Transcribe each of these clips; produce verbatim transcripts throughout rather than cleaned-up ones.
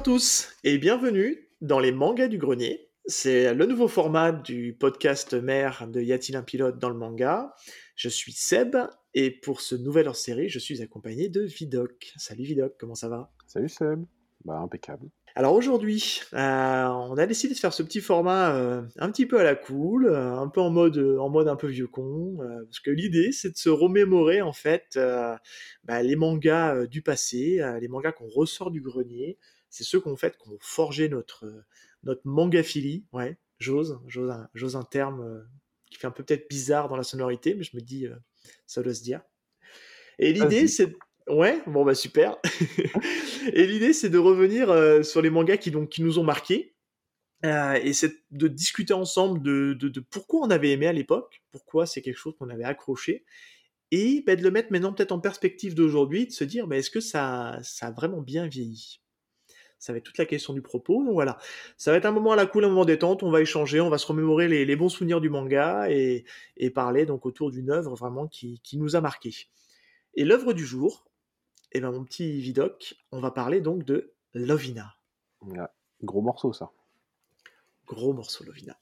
tous et bienvenue dans les mangas du grenier. C'est le nouveau format du podcast mère de Y a-t-il un pilote dans le manga. Je suis Seb et pour ce nouvel hors-série, je suis accompagné de Vidoc. Salut Vidoc, comment ça va? Salut Seb, bah impeccable. Alors aujourd'hui, euh, on a décidé de faire ce petit format euh, un petit peu à la cool, euh, un peu en mode, euh, en mode un peu vieux con, euh, parce que l'idée c'est de se remémorer en fait euh, bah, les mangas euh, du passé, euh, les mangas qu'on ressort du grenier. C'est ceux qu'on fait qu'on forgé notre euh, notre mangaphilie. Ouais, j'ose, j'ose un, j'ose un terme euh, qui fait un peu peut-être bizarre dans la sonorité, mais je me dis euh, ça doit se dire. Et l'idée, Vas-y. c'est... Ouais, bon bah super. Et l'idée, c'est de revenir euh, sur les mangas qui, donc, qui nous ont marqués. Euh, et c'est de discuter ensemble de, de, de pourquoi on avait aimé à l'époque, pourquoi c'est quelque chose qu'on avait accroché, et bah, de le mettre maintenant peut-être en perspective d'aujourd'hui, de se dire bah, est-ce que ça, ça a vraiment bien vieilli. Ça va être toute la question du propos. Donc voilà, ça va être un moment à la cool, un moment détente. On va échanger, on va se remémorer les, les bons souvenirs du manga et, et parler donc autour d'une œuvre vraiment qui, qui nous a marqué. Et l'œuvre du jour, eh ben mon petit Vidoc, on va parler donc de Lovina. Ouais, gros morceau ça. Gros morceau Lovina.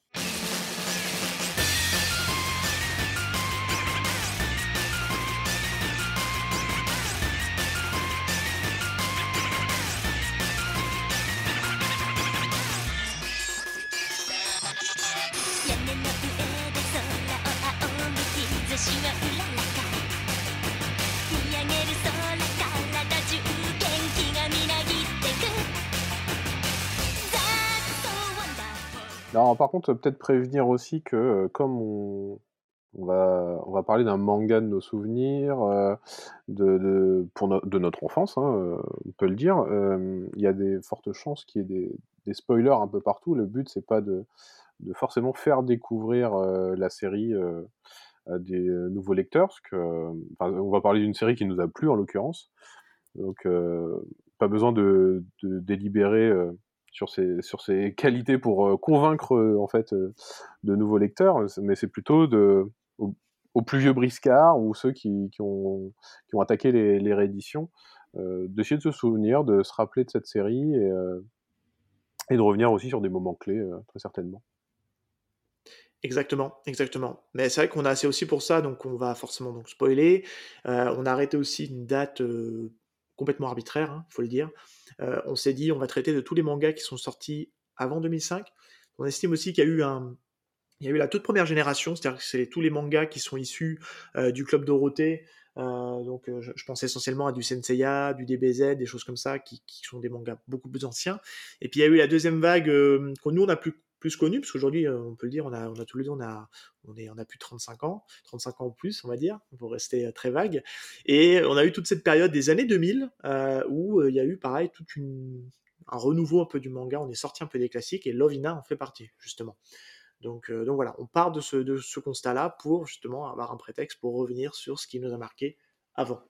Alors par contre, peut-être prévenir aussi que euh, comme on, on va, on va parler d'un manga de nos souvenirs, euh, de, de, pour no- de notre enfance, hein, euh, on peut le dire, euh, il y a des fortes chances qu'il y ait des, des spoilers un peu partout. Le but, c'est pas de, de forcément faire découvrir euh, la série euh, à des euh, nouveaux lecteurs, parce que, euh, enfin, on va parler d'une série qui nous a plu en l'occurrence. Donc, euh, pas besoin de, de délibérer euh, sur ses sur ses qualités pour euh, convaincre euh, en fait euh, de nouveaux lecteurs, mais c'est plutôt de aux, aux plus vieux briscards ou ceux qui, qui ont qui ont attaqué les, les rééditions, euh, d'essayer de se souvenir, de se rappeler de cette série et, euh, et de revenir aussi sur des moments clés, euh, très certainement. Exactement, exactement. Mais c'est vrai qu'on a assez aussi pour ça, donc on va forcément donc spoiler. Euh, on a arrêté aussi une date euh, complètement arbitraire, hein, faut le dire. Euh, on s'est dit on va traiter de tous les mangas qui sont sortis avant deux mille cinq. On estime aussi qu'il y a eu un, il y a eu la toute première génération, c'est-à-dire que c'est tous les mangas qui sont issus euh, du Club Dorothée. Euh, donc euh, je, je pense essentiellement à du Senseiya, du D B Z, des choses comme ça, qui, qui sont des mangas beaucoup plus anciens. Et puis il y a eu la deuxième vague euh, que nous on a plus plus connue, parce qu'aujourd'hui euh, on peut le dire, on a, on a tous les deux, on a, on est, on a plus de trente-cinq ans, trente-cinq ans ou plus, on va dire, pour rester euh, très vague. Et on a eu toute cette période des années deux mille euh, où euh, il y a eu pareil toute une un renouveau un peu du manga, on est sorti un peu des classiques et Lovina en fait partie justement. Donc, euh, donc voilà, on part de ce, de ce constat-là pour justement avoir un prétexte pour revenir sur ce qui nous a marqué avant.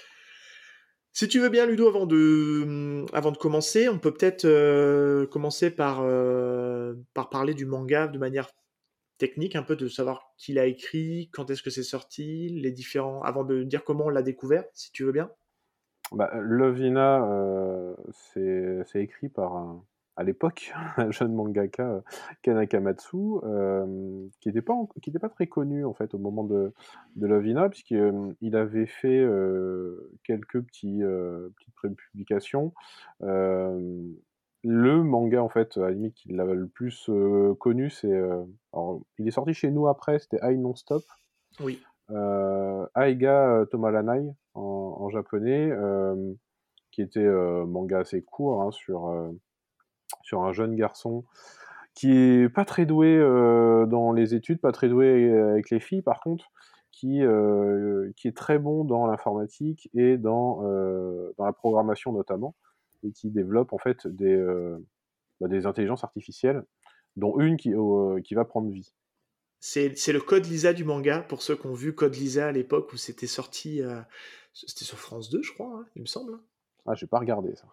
Si tu veux bien, Ludo, avant de, avant de commencer, on peut peut-être euh, commencer par, euh, par parler du manga de manière technique, un peu de savoir qui l'a écrit, quand est-ce que c'est sorti, les différents, avant de dire comment on l'a découvert, si tu veux bien. Bah, Lovina, euh, c'est c'est écrit par un, à l'époque un jeune mangaka, euh, Ken Akamatsu, euh, qui n'était pas en- qui était pas très connu en fait au moment de de Lovina, puisqu'il il avait fait euh, quelques petits euh, petites prépublications. Euh, le manga en fait, à la limite, qu'il a le plus euh, connu, c'est euh, alors, il est sorti chez nous après, c'était Ai Non-Stop. Oui. Euh, Aiga Tomalanai en, en japonais, euh, qui était euh, manga assez court hein, sur, euh, sur un jeune garçon qui est pas très doué euh, dans les études, pas très doué avec les filles par contre, qui, euh, qui est très bon dans l'informatique et dans, euh, dans la programmation notamment, et qui développe en fait des, euh, bah, des intelligences artificielles, dont une qui, euh, qui va prendre vie. C'est, c'est le Code Lisa du manga, pour ceux qui ont vu Code Lisa à l'époque où c'était sorti, euh, c'était sur France deux, je crois, hein, il me semble, hein. Ah, j'ai pas regardé ça.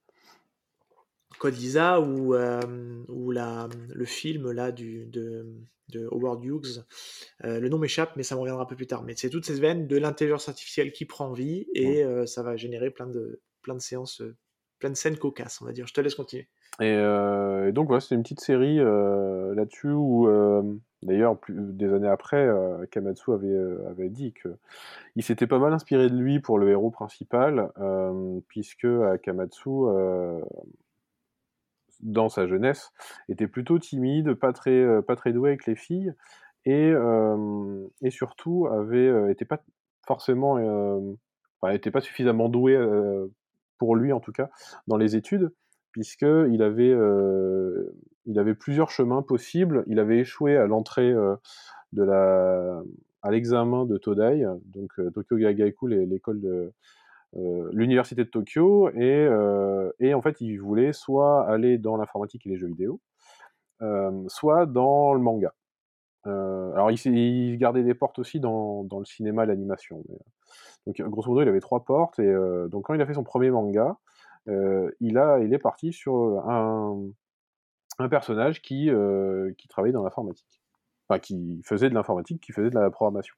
Code Lisa ou euh, ou la le film là du de de Howard Hughes. Euh, le nom m'échappe, mais ça me reviendra un peu plus tard. Mais c'est toutes ces veines de l'intelligence artificielle qui prend vie Mm. et euh, ça va générer plein de plein de séances euh, plein de scènes cocasses, on va dire. Je te laisse continuer. Et, euh, et donc voilà, c'est une petite série euh, là-dessus où, euh, d'ailleurs, plus, des années après, euh, Kamatsu avait, euh, avait dit que il s'était pas mal inspiré de lui pour le héros principal, euh, puisque Akamatsu, euh, dans sa jeunesse, était plutôt timide, pas très, euh, pas très doué avec les filles, et, euh, et surtout avait, euh, était pas forcément, euh, enfin, était pas suffisamment doué, euh, pour lui en tout cas, dans les études, puisqu'il avait, euh, il avait plusieurs chemins possibles. Il avait échoué à l'entrée euh, de la, à l'examen de Todai, donc euh, Tokyo Gakaiku, l'é- l'école de euh, l'université de Tokyo, et, euh, et en fait il voulait soit aller dans l'informatique et les jeux vidéo, euh, soit dans le manga. Euh, alors il, s'est- il gardait des portes aussi dans, dans le cinéma, l'animation. mais- Donc grosso modo il avait trois portes, et euh, donc quand il a fait son premier manga, euh, il, a, il est parti sur un, un personnage qui, euh, qui travaillait dans l'informatique. Enfin, qui faisait de l'informatique, qui faisait de la programmation.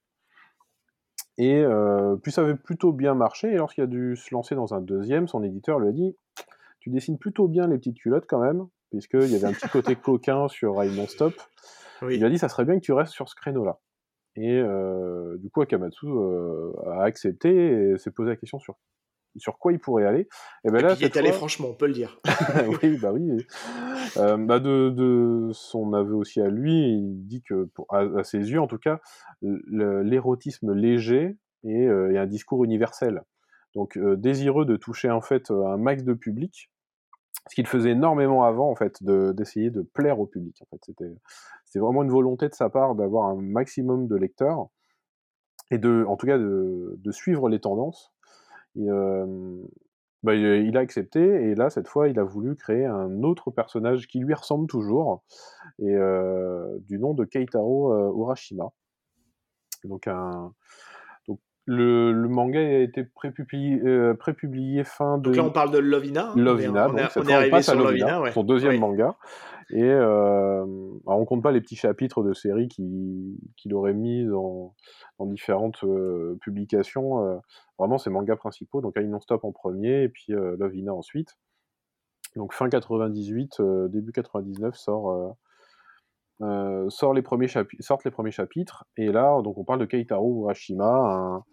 Et euh, puis ça avait plutôt bien marché, et lorsqu'il a dû se lancer dans un deuxième, son éditeur lui a dit « Tu dessines plutôt bien les petites culottes quand même », puisqu'il y avait un petit côté coquin sur Rail Non-Stop. Il lui a Oui. dit « Ça serait bien que tu restes sur ce créneau-là ». Et euh, du coup, Akamatsu euh, a accepté et s'est posé la question sur, sur quoi il pourrait aller. Et ben Et là, puis il y cette est allé fois, franchement, on peut le dire. oui, bah oui. Euh, bah de, de son aveu aussi à lui, il dit que, pour, à, à ses yeux en tout cas, le- l'érotisme léger est, euh, est un discours universel. Donc euh, désireux de toucher en fait un max de public, ce qu'il faisait énormément avant en fait, de, d'essayer de plaire au public. En fait, c'était, c'était vraiment une volonté de sa part d'avoir un maximum de lecteurs et de, en tout cas, de, de suivre les tendances. Et, euh, bah, il, il a accepté, et là, cette fois, il a voulu créer un autre personnage qui lui ressemble toujours, et euh, du nom de Keitaro euh, Urashima. Donc, un, donc le, le manga a été prépublié, euh, prépublié fin Donc là, de on parle de Lovina, hein, on est, Lovina, on est, donc cette on est fois on arrivé passe à sur Lovina, Lovina, ouais. son deuxième Oui. manga, et euh, alors on compte pas les petits chapitres de série qu'il, qu'il aurait mis dans, dans différentes euh, publications, euh, vraiment ses mangas principaux, donc Aïe Non-Stop en premier, et puis euh, Lovina ensuite. Donc fin quatre-vingt-dix-huit, euh, début quatre-vingt-dix-neuf sort, euh, euh, sort les premiers chapi- sortent les premiers chapitres, et là donc on parle de Keitaro Urashima, un-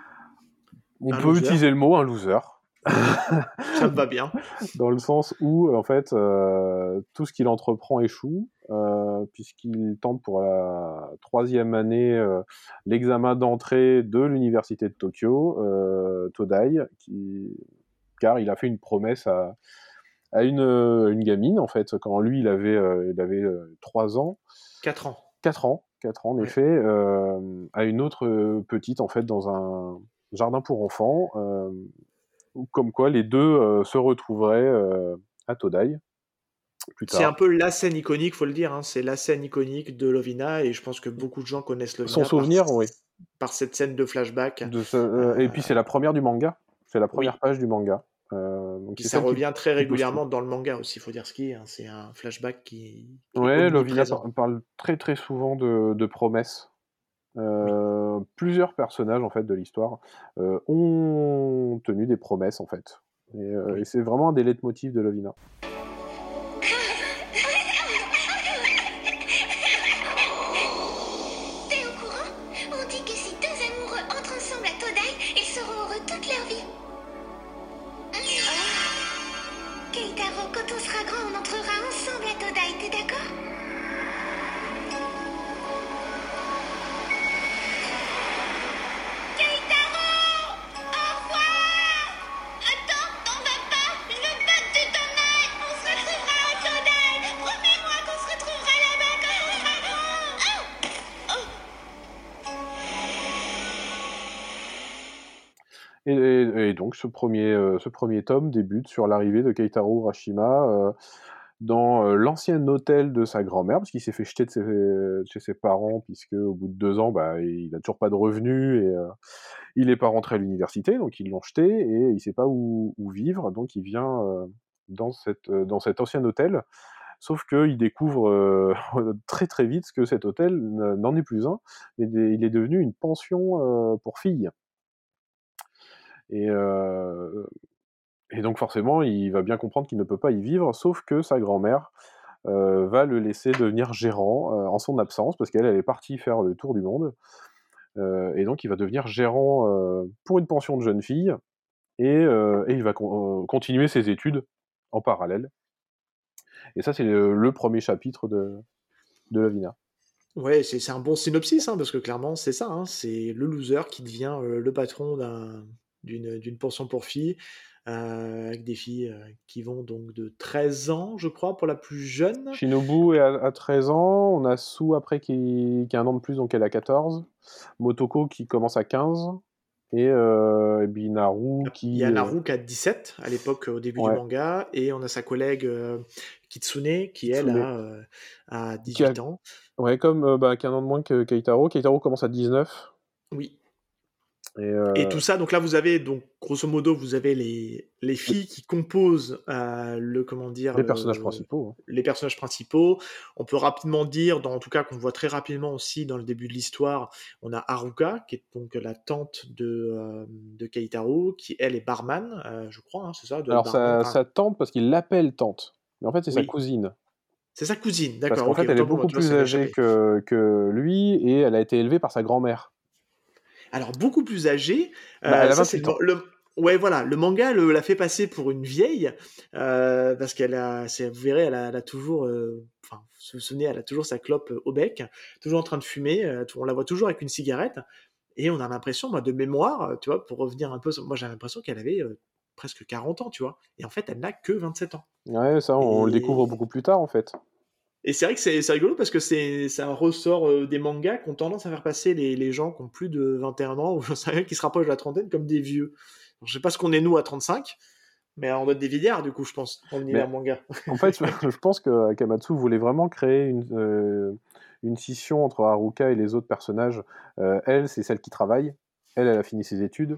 on Un peut loser, utiliser le mot un loser, ça me va bien. dans le sens où en fait euh, tout ce qu'il entreprend échoue, euh, puisqu'il tente pour la troisième année euh, l'examen d'entrée de l'université de Tokyo, euh, Todai, qui... car il a fait une promesse à, à une, une gamine en fait quand lui il avait euh, il avait euh, trois ans, Quatre ans. quatre ans, quatre ans en Ouais. effet, euh, à une autre euh, petite en fait dans un jardin pour enfants, euh, comme quoi les deux euh, se retrouveraient euh, à Todai plus C'est un tard. peu la scène iconique, faut le dire, hein, c'est la scène iconique de Lovina, et je pense que beaucoup de gens connaissent Son Lovina par, souvenir, oui. par cette scène de flashback. De ce, euh, et puis Euh, c'est la première du manga. C'est la première oui. page du manga. Euh, donc Puis c'est ça celle qui, revient très qui pose tout. régulièrement dans le manga aussi, il faut dire ce qui est, hein, c'est un flashback qui, qui est Ouais, Lovina omniprésent. par- parle très très souvent de, de promesses. Oui. Euh, plusieurs personnages en fait de l'histoire euh, ont tenu des promesses en fait. Et, euh, et Oui. c'est vraiment un des leitmotifs de Lovina. T'es au courant? On dit que si deux amoureux entrent ensemble à Todai, ils seront heureux toute leur vie. Keitaro, quand on sera grand, on entrera ensemble à Todai, t'es d'accord? Keitaro! Au revoir! Attends, t'en vas pas! Je veux pas que tu t'en ailles! On se retrouvera à Todai! Promets-moi qu'on se retrouvera là-bas quand on sera grand! Oh! Oh! Et, et- et donc ce premier, euh, ce premier tome débute sur l'arrivée de Keitaro Urashima euh, dans euh, l'ancien hôtel de sa grand-mère, parce qu'il s'est fait jeter de, ses- de chez ses parents, puisque au bout de deux ans, bah, il n'a toujours pas de revenus, et euh, il n'est pas rentré à l'université, donc ils l'ont jeté, et il ne sait pas où, où vivre, donc il vient euh, dans, cette, euh, dans cet ancien hôtel, sauf qu'il découvre euh, très très vite que cet hôtel n- n'en est plus un, mais des- il est devenu une pension euh, pour filles. Et, euh, et donc forcément, il va bien comprendre qu'il ne peut pas y vivre, sauf que sa grand-mère euh, va le laisser devenir gérant euh, en son absence, parce qu'elle, elle est partie faire le tour du monde, euh, et donc il va devenir gérant euh, pour une pension de jeune fille, et, euh, et il va con- euh, continuer ses études en parallèle. Et ça, c'est le, le premier chapitre de, de Lovina. Ouais, c'est c'est un bon synopsis, hein, parce que clairement, c'est ça, hein, c'est le loser qui devient euh, le patron d'un, d'une, d'une pension pour filles, euh, avec des filles euh, qui vont donc de treize ans, je crois, pour la plus jeune. Shinobu est à, à treize ans, on a Su après qui, qui a un an de plus, donc elle a quatorze. Motoko qui commence à quinze, et, euh, et Binaru Il y qui... a euh, Naru qui a dix-sept à l'époque, au début du ouais, manga, et on a sa collègue euh, Kitsune qui, elle, Kitsune. a, euh, a Qui a, dix-huit ans. ouais, comme euh, bah, qui a un an de moins que Keitaro. Keitaro commence à dix-neuf. Oui. Et Et euh, tout ça, donc là, vous avez, donc, grosso modo, vous avez les, les les, filles qui composent euh, le, comment dire, les personnages le, principaux. Hein. les personnages principaux. On peut rapidement dire, dans, en tout cas, qu'on voit très rapidement aussi dans le début de l'histoire, on a Haruka, qui est donc la tante de, euh, de Keitaro, qui, elle, est barman, euh, je crois, hein, c'est ça, elle doit être Alors barman. sa, Enfin, sa tante, parce qu'il l'appelle tante, mais en fait c'est sa oui, cousine. c'est sa cousine, Parce d'accord, qu'en ok, fait elle est autant pour moi, beaucoup tu vois, plus ça m'est âgée échappé. que, que lui, et elle a été élevée par sa grand-mère. Alors, beaucoup plus âgée, Bah, elle euh, a ça c'est le, vingt-huit mo- ans. le- ouais, voilà, le manga le- l'a fait passer pour une vieille, euh, parce qu'elle a, c'est- vous verrez, elle a, elle a toujours, euh, enfin, vous vous souvenez, elle a toujours sa clope euh, au bec, toujours en train de fumer, euh, on la voit toujours avec une cigarette, et on a l'impression, moi, de mémoire, euh, tu vois, pour revenir un peu, sur- moi j'ai l'impression qu'elle avait euh, presque quarante ans, tu vois, et en fait, elle n'a que vingt-sept ans. Ouais, ça on le découvre Et, beaucoup plus tard en fait. et c'est vrai que c'est c'est rigolo parce que c'est c'est un ressort euh, des mangas qui ont tendance à faire passer les, les gens qui ont plus de vingt et un ans ou j'en sais rien, qui se rapprochent de la trentaine comme des vieux. Alors, je sais pas ce qu'on est nous à trente-cinq, mais on doit être des vieillards du coup, je pense, dans l'univers Mais manga. en fait, je pense que Akamatsu voulait vraiment créer une, euh, une scission entre Haruka et les autres personnages. Euh, elle, c'est celle qui travaille. Elle, elle a fini ses études.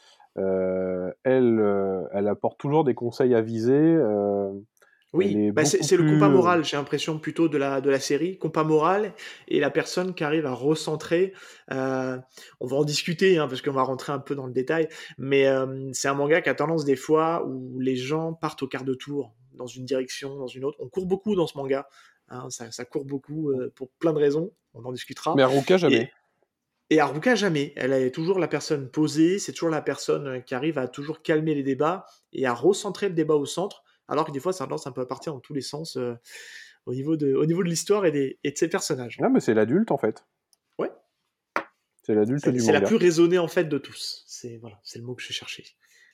Euh, elle, euh, elle apporte toujours des conseils avisés. Euh, elle Oui, est bah c'est beaucoup c'est le compas plus... euh, moral, j'ai l'impression plutôt de la, de la série, compas moral et la personne qui arrive à recentrer. euh, on va en discuter hein, parce qu'on va rentrer un peu dans le détail, mais euh, c'est un manga qui a tendance des fois où les gens partent au quart de tour dans une direction, dans une autre. On court beaucoup dans ce manga, hein, ça, ça court beaucoup euh, pour plein de raisons, on en discutera. Mais Haruka, jamais. Et, et Haruka, jamais. Elle est toujours la personne posée, c'est toujours la personne euh, qui arrive à toujours calmer les débats et à recentrer le débat au centre, alors que des fois, ça lance un peu à partir dans tous les sens euh, au niveau de, au niveau de l'histoire et, des, et de ses personnages. Non, mais c'est l'adulte, en fait. Ouais, C'est l'adulte c'est du c'est la manga. plus raisonnée en fait de tous. C'est voilà, c'est le mot que je cherchais.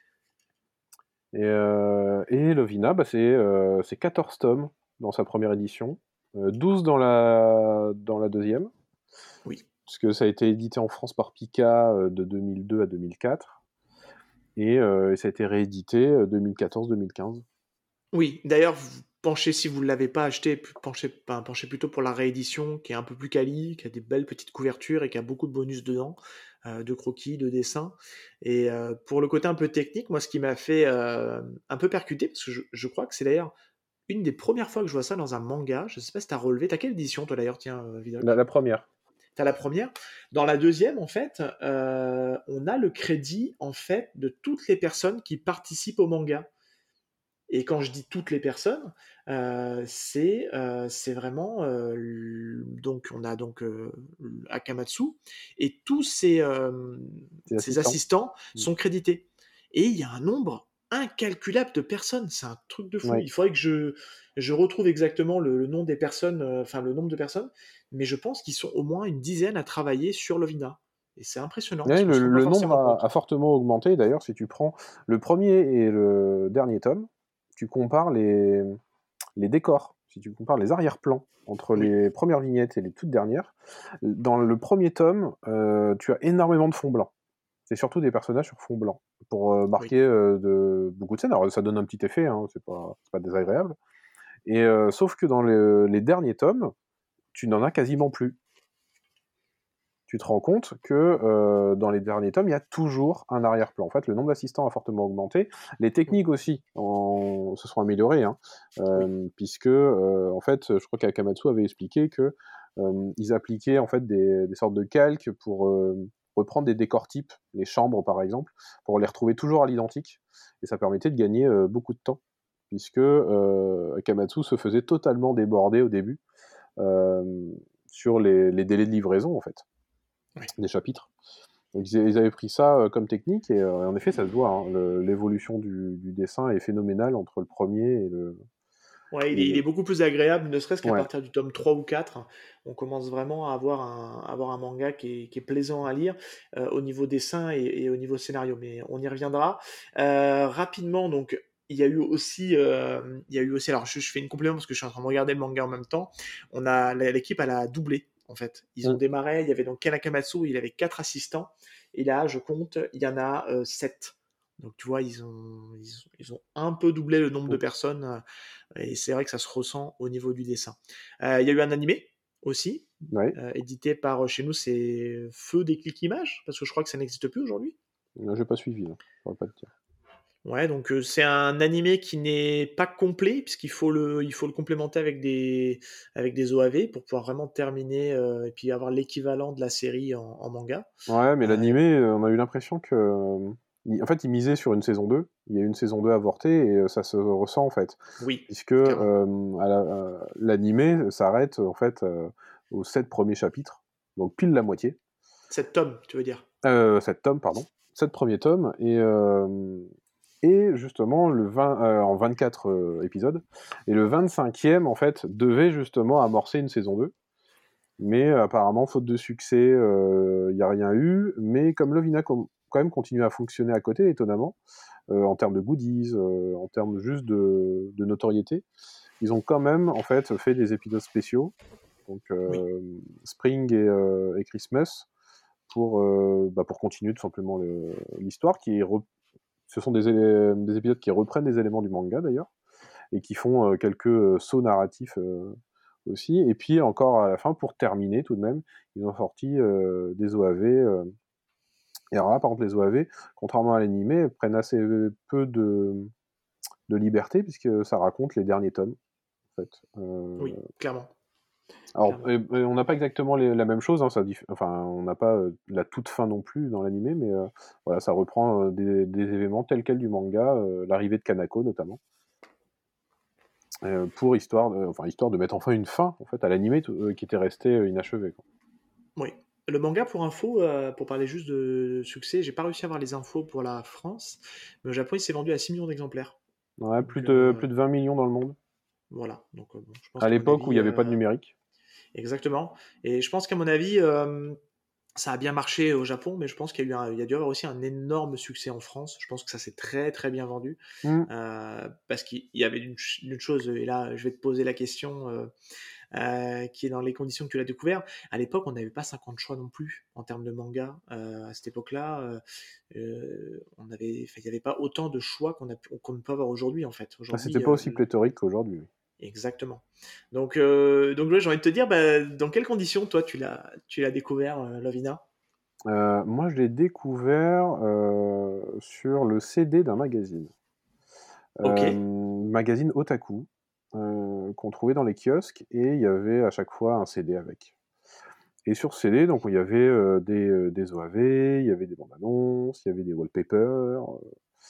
Et, euh, et Lovina, bah, c'est euh, c'est quatorze tomes dans sa première édition, euh, douze dans la, dans la deuxième, Oui. puisque ça a été édité en France par Pika euh, de deux mille deux à deux mille quatre, et, euh, et ça a été réédité euh, deux mille quatorze deux mille quinze. Oui, d'ailleurs, vous penchez, si vous ne l'avez pas acheté, p- penchez, enfin, penchez plutôt pour la réédition, qui est un peu plus quali, qui a des belles petites couvertures et qui a beaucoup de bonus dedans, euh, de croquis, de dessins. Et euh, pour le côté un peu technique, moi, ce qui m'a fait euh, un peu percuter, parce que je, je crois que c'est d'ailleurs une des premières fois que je vois ça dans un manga, je sais pas si t'as relevé, t'as quelle édition toi d'ailleurs, tiens, euh, La, Vidocq? la première. T'as la première. Dans la deuxième, en fait, euh, on a le crédit, en fait, de toutes les personnes qui participent au manga. Et quand je dis toutes les personnes, euh, c'est euh, c'est vraiment euh, l- donc on a donc euh, Akamatsu et tous ses, euh, C'est ses l'assistant. assistants Mm. sont crédités. Et il y a un nombre incalculable de personnes, c'est un truc de fou. Ouais. Il faudrait que je, je retrouve exactement le, le nom des personnes, euh, enfin le nombre de personnes, mais je pense qu'ils sont au moins une dizaine à travailler sur Lovina. Et c'est impressionnant parce Ouais, qu'on le, se rend pas le nombre forcément a, compte. a fortement augmenté. D'ailleurs, si tu prends le premier et le dernier tome, tu compares les, les décors, si tu compares les arrière-plans entre Oui, les premières vignettes et les toutes dernières. Dans le premier tome, euh, tu as énormément de fond blanc. C'est surtout des personnages sur fond blanc pour euh, oui. marquer euh, de, beaucoup de scènes. Alors ça donne un petit effet, hein, c'est pas, c'est pas désagréable. Et euh, sauf que dans le- les derniers tomes, tu n'en as quasiment plus. Tu te rends compte que euh, dans les derniers tomes, il y a toujours un arrière-plan. En fait, le nombre d'assistants a fortement augmenté. Les Oui, techniques aussi en- se sont améliorées, hein, oui. euh, puisque, euh, en fait, je crois qu'Akamatsu avait expliqué que euh, ils appliquaient en fait des, des sortes de calques pour, euh, reprendre des décors types, les chambres par exemple, pour les retrouver toujours à l'identique, et ça permettait de gagner euh, beaucoup de temps, puisque euh, Akamatsu se faisait totalement déborder au début euh, sur les, les délais de livraison en fait, Oui. des chapitres. Donc ils, ils avaient pris ça euh, comme technique, et euh, en effet ça se voit, hein, le- l'évolution du, du dessin est phénoménale entre le premier et le... Ouais, il et est, il est le... beaucoup plus agréable, ne serait-ce qu'à Ouais, partir du tome trois ou quatre. On commence vraiment à avoir un, à avoir un manga qui est, qui est plaisant à lire euh, au niveau dessin et, et au niveau scénario, mais on y reviendra. Euh, rapidement, donc, il y a eu aussi, euh, il y a eu aussi, alors je, je fais une complément parce que je suis en train de regarder le manga en même temps. On a, l'équipe, elle a doublé, en fait. Ils ont mm. démarré, il y avait donc Ken Akamatsu, il avait quatre assistants, et là, je compte, il y en a euh, sept. Donc tu vois, ils ont, ils, ont, ils ont un peu doublé le nombre de Mm. personnes. euh, et c'est vrai que ça se ressent au niveau du dessin. Euh, Il y a eu un animé aussi, Ouais, euh, édité par, chez nous, c'est Feu Déclic Images, parce que je crois que ça n'existe plus aujourd'hui. là, j'ai pas suivi, là. Je pourrais pas te dire. Ouais, donc euh, c'est un animé qui n'est pas complet, puisqu'il faut le, il faut le complémenter avec des, avec des O A V pour pouvoir vraiment terminer euh, et puis avoir l'équivalent de la série en, en manga. Ouais, mais Euh, l'animé, euh, on a eu l'impression que... euh, il- en fait, il misait sur une saison deux. Il y a eu une saison deux avortée, et euh, ça se ressent, en fait. oui, Puisque clairement. euh, à la- euh, l'animé s'arrête, en fait, euh, aux sept premiers chapitres. Donc pile la moitié. Cette tome, tu veux dire. Euh, sept tomes, pardon. Sept premiers tomes. Et, euh, et justement, le vingt, euh, en vingt-quatre euh, épisodes. Et le vingt-cinquième, en fait, devait justement amorcer une saison deux. Mais euh, apparemment, faute de succès, il n'y a rien eu. Mais comme Lovina com- quand même continue à fonctionner à côté, étonnamment, euh, en termes de goodies, euh, en termes juste de, de notoriété, ils ont quand même en fait fait des épisodes spéciaux, donc Oui, euh, Spring et, euh, et Christmas, pour, euh, bah, pour continuer tout simplement le- l'histoire. Qui est re- Ce sont des, élé- des épisodes qui reprennent des éléments du manga d'ailleurs, et qui font euh, quelques euh, sauts narratifs euh, aussi. Et puis encore à la fin, pour terminer tout de même, ils ont sorti euh, des O A V. Euh, et alors là, par contre, les O A V, contrairement à l'animé, prennent assez peu de, de liberté, puisque ça raconte les derniers tomes, en fait. Euh, oui, clairement, alors, clairement. et- et on n'a pas exactement les- la même chose, hein, ça diff- enfin, on n'a pas euh, la toute fin non plus dans l'animé, mais euh, voilà, ça reprend euh, des, des événements tels quels du manga, euh, l'arrivée de Kanako notamment. Euh, pour histoire de, enfin, histoire de mettre enfin une fin en fait, à l'animé euh, qui était resté euh, inachevé, quoi. Oui. Le manga, pour info, euh, pour parler juste de succès, j'ai pas réussi à avoir les infos pour la France, mais au Japon, il s'est vendu à six millions d'exemplaires. Ouais, plus Donc de, euh, plus de vingt millions dans le monde, voilà. Donc euh, bon, je pense à qu'à mon l'époque où il avis, n'y avait pas de euh, numérique. exactement. Et je pense qu'à mon avis, euh, ça a bien marché au Japon, mais je pense qu'il y a eu un- il y a dû avoir aussi un énorme succès en France. Je pense que ça s'est très très bien vendu. Hmm. Euh, parce qu'il y avait une, ch- une chose, et là je vais te poser la question, euh, euh, qui est dans les conditions que tu l'as découvert. À l'époque, on n'avait pas cinquante choix non plus en termes de manga. Euh, à cette époque-là, euh, euh, on avait, enfin, il n'y avait pas autant de choix qu'on a pu- qu'on peut avoir aujourd'hui en fait. Ah, c'était Aujourd'hui, pas euh, aussi pléthorique qu'aujourd'hui, oui. exactement. Donc, euh, donc ouais, j'ai envie de te dire, bah, dans quelles conditions toi tu l'as, tu l'as découvert, euh, Lovina? Euh, moi, je l'ai découvert euh, sur le C D d'un magazine. Ok, Euh, magazine Otaku, euh, qu'on trouvait dans les kiosques, et il y avait à chaque fois un C D avec. Et sur ce C D, donc, il y avait euh, des, euh, des O A V, il y avait des bandes annonces, il y avait des wallpapers. euh,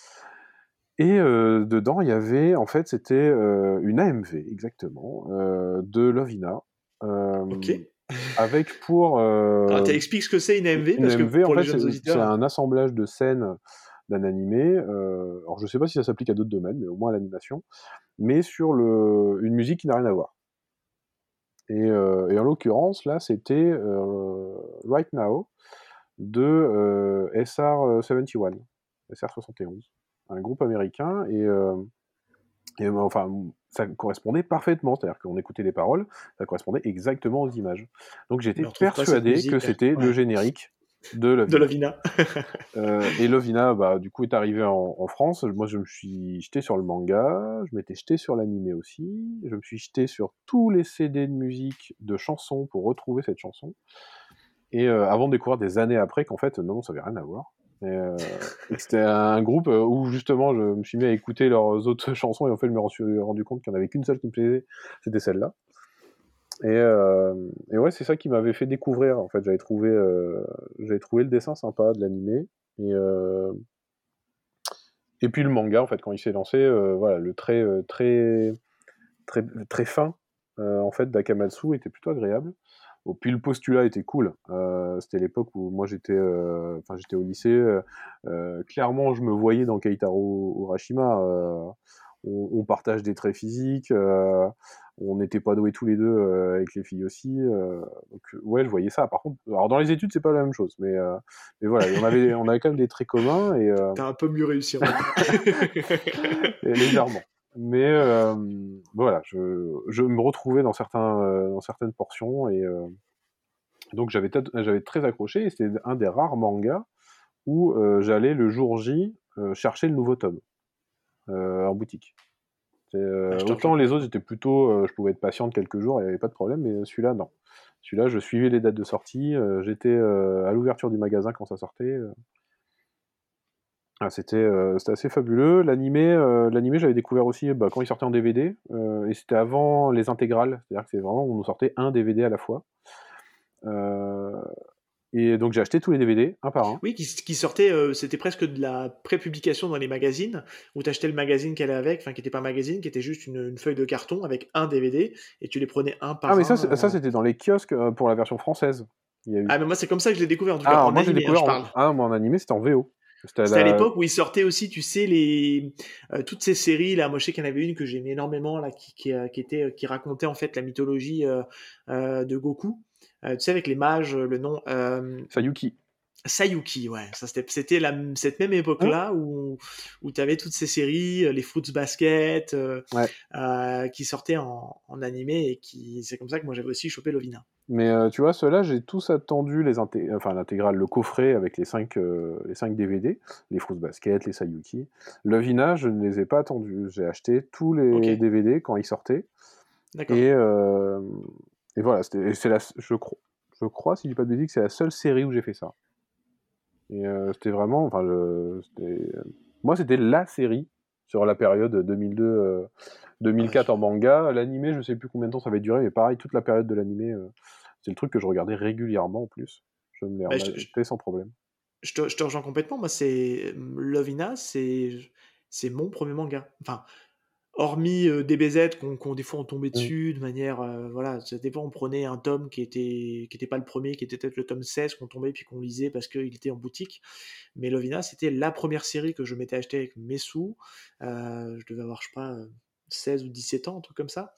Et euh, dedans, il y avait, en fait, c'était euh, une A M V, exactement, euh, de Lovina, ok. euh, avec pour Alors, euh, tu expliques ce que c'est une A M V une parce que A M V, en pour les fait, c'est jeunes c'est auditeurs. un assemblage de scènes d'un animé. Euh, alors, je sais pas si ça s'applique à d'autres domaines, mais au moins à l'animation, mais sur le, une musique qui n'a rien à voir. Et, euh, et en l'occurrence, là, c'était euh, Right Now de euh, S R soixante et onze, S R soixante et onze, un groupe américain, et, euh, et euh, enfin, ça correspondait parfaitement, c'est-à-dire qu'on écoutait les paroles, ça correspondait exactement aux images. Donc j'étais Mais on trouve pas cette persuadé que musique. c'était le Ouais. générique de De Lovina. Lovina. Euh, et Lovina, bah, du coup, est arrivé en, en France. Moi, je me suis jeté sur le manga, je m'étais jeté sur l'animé aussi, je me suis jeté sur tous les C D de musique, de chansons, pour retrouver cette chanson. Et euh, avant de découvrir des années après qu'en fait, non, ça avait rien à voir. Et, euh, et que c'était un groupe euh, où justement, je me suis mis à écouter leurs autres chansons, et en fait, je me suis rendu compte qu'il n'y en avait qu'une seule qui me plaisait, c'était celle-là. Et, euh, et ouais, c'est ça qui m'avait fait découvrir. En fait, j'avais trouvé, euh, j'avais trouvé le dessin sympa de l'animé. Et, euh, et puis le manga, en fait, quand il s'est lancé, euh, voilà, le trait euh, très, très, très fin, euh, en fait, d'Akamatsu était plutôt agréable. Bon, puis le postulat était cool. Euh, c'était l'époque où moi j'étais, euh, enfin j'étais au lycée. Euh, euh, clairement, je me voyais dans Keitaro Urashima. Euh, on, on partage des traits physiques. Euh, on n'était pas doués tous les deux euh, avec les filles aussi. Euh, donc ouais, je voyais ça. Par contre, alors dans les études, c'est pas la même chose, mais euh, mais voilà, on avait on avait quand même des traits communs et, euh, T'as un peu mieux réussi, on va dire. et légèrement. Mais euh, voilà, je, je me retrouvais dans certains euh, dans certaines portions et euh, donc j'avais, tête- j'avais très accroché, et c'était un des rares mangas où euh, j'allais le jour J euh, chercher le nouveau tome euh, en boutique. C'est, Ah, euh, je te rejoins autant les autres complètement. j'étais plutôt, euh, je pouvais être patient de quelques jours, il n'y avait pas de problème, mais celui-là non. Celui-là, je suivais les dates de sortie, euh, j'étais euh, à l'ouverture du magasin quand ça sortait. euh. Ah, c'était, euh, c'était assez fabuleux. L'animé, euh, l'animé j'avais découvert aussi bah, quand il sortait en D V D, euh, et c'était avant les intégrales, c'est-à-dire que c'est vraiment, on nous sortait un D V D à la fois. Euh, et donc j'ai acheté tous les D V D, un par un. Oui, qui, qui sortait, euh, c'était presque de la pré-publication dans les magazines, où tu achetais le magazine qu'elle avait avec, enfin qui n'était pas un magazine, qui était juste une, une feuille de carton avec un D V D, et tu les prenais un Ah, par mais ça, c'est- ça un. euh. c'était dans les kiosques euh, pour la version française. Il y a eu. Ah, mais moi c'est comme ça que je l'ai découvert, en tout Ah, cas, alors en moi j'ai animé, hein, découvert je en. parle. Ah, moi en animé, c'était en V O. C'était à C'était à la. l'époque où il sortait aussi, tu sais, les euh, toutes ces séries là. Moi, je sais qu'il y en avait une que j'aimais énormément là, qui, qui, euh, qui était, euh, qui racontait en fait la mythologie euh, euh, de Goku. Euh, tu sais, avec les mages, le nom. euh, Sayuki. Sayuki, ouais, ça c'était c'était la cette même Hein. époque-là où où tu avais toutes ces séries, euh, les Fruits Basket, heu Ouais. heu, qui sortaient en en animé et qui c'est comme ça que moi j'avais aussi chopé Lovina. Mais euh, tu vois, ceux-là, j'ai tous attendu les inté- enfin l'intégrale, le coffret avec les cinq les cinq D V D, les Fruits Basket, les Sayuki. Le Vina, je ne les ai pas attendus. J'ai acheté tous les OK, D V D quand ils sortaient. d'accord. Et, euh, et voilà, c'était, et c'est la, je, crois, je crois, si je dis pas de bêtises, que c'est la seule série où j'ai fait ça. Et euh, c'était vraiment, enfin, je- c'était- moi, c'était la série sur la période deux mille deux, euh, Ah ouais, je deux mille quatre en manga. L'animé, je sais plus combien de temps ça avait duré, mais pareil, toute la période de l'animé, euh, c'est le truc que je regardais régulièrement en plus. Je me les bah, je je rematais sans problème. je te je te rejoins complètement. Moi, c'est Lovina, c'est c'est mon premier manga. Enfin, hormis euh, D B Z qu'on qu'on des fois on tombait Mm. dessus de manière euh, voilà, ça- des fois on prenait un tome qui était qui était pas le premier, qui était peut-être le tome seize qu'on tombait puis qu'on lisait parce qu'il était en boutique. Mais Lovina, c'était la première série que je m'étais acheté avec mes sous. Euh, je devais avoir, je sais pas, euh, seize ou dix-sept ans, un truc comme ça.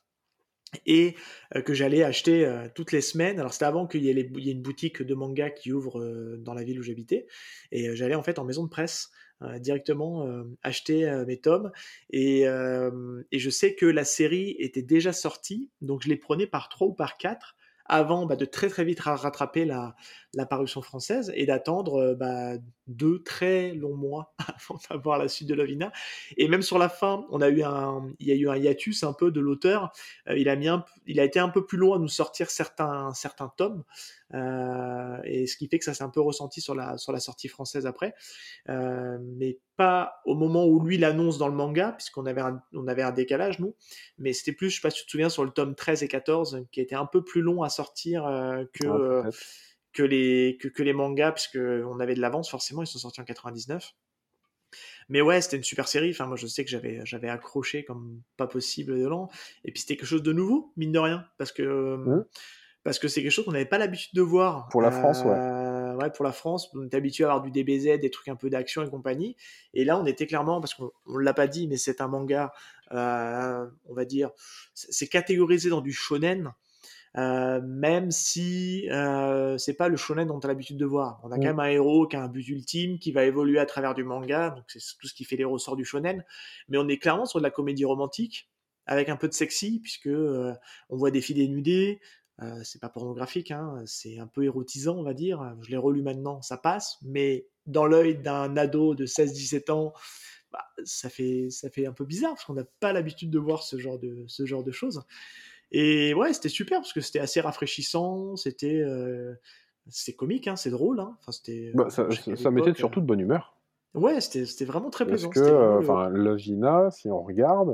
Et euh, que j'allais acheter euh, toutes les semaines. Alors c'était avant qu'il y ait, les- il y ait une boutique de manga qui ouvre euh, dans la ville où j'habitais. Et euh, j'allais en fait en maison de presse euh, directement euh, acheter euh, mes tomes. Et, euh, et je sais que la série était déjà sortie, donc je les prenais par trois ou par quatre avant bah, de très très vite ra- rattraper la, la parution française et d'attendre euh, bah, deux très longs mois avant d'avoir la suite de Lovina. Et même sur la fin, on a eu un, il y a eu un hiatus un peu de l'auteur. Euh, il, a mis un, il a été un peu plus long à nous sortir certains, certains tomes, euh, et ce qui fait que ça s'est un peu ressenti sur la, sur la sortie française après, euh, mais pas au moment où lui l'annonce dans le manga, puisqu'on avait un, on avait un décalage, nous, mais c'était plus, je sais pas si tu te souviens, sur le tome treize et quatorze, qui était un peu plus long à sortir euh, que, Ah, euh, peut-être. que, les, que, que les mangas, puisqu'on avait de l'avance, forcément, ils sont sortis en quatre-vingt-dix-neuf. Mais ouais, c'était une super série. Enfin, moi, je sais que j'avais, j'avais accroché comme pas possible dedans. Et puis, c'était quelque chose de nouveau, mine de rien. Parce que, euh, Mm. parce que c'est quelque chose qu'on n'avait pas l'habitude de voir. Pour la France, ouais. Euh, ouais, pour la France, on était habitué à avoir du D B Z, des trucs un peu d'action et compagnie. Et là, on était clairement, parce qu'on on l'a pas dit, mais c'est un manga, euh, on va dire, c'est c'est catégorisé dans du shonen. Euh, même si euh, c'est pas le shonen dont tu as l'habitude de voir. On a quand Mm. même un héros qui a un but ultime, qui va évoluer à travers du manga, donc c'est tout ce qui fait les ressorts du shonen. Mais on est clairement sur de la comédie romantique, avec un peu de sexy, puisque euh, on voit des filles dénudées. Euh, c'est pas pornographique, hein, c'est un peu érotisant, on va dire. Je l'ai relu maintenant, ça passe, mais dans l'œil d'un ado de seize dix-sept ans, bah, ça, fait, ça fait un peu bizarre, parce qu'on n'a pas l'habitude de voir ce genre de, ce genre de choses. Et ouais, c'était super parce que c'était assez rafraîchissant, c'était euh, c'était comique, hein, c'est drôle. Hein. Enfin, c'était, euh, Bah, moi, ça, je sais ça, qu'à ça mettait l'époque, euh, surtout de bonne humeur. ouais, c'était c'était vraiment très Parce plaisant. que, C'était vraiment euh, le. enfin, Lovina, si on regarde,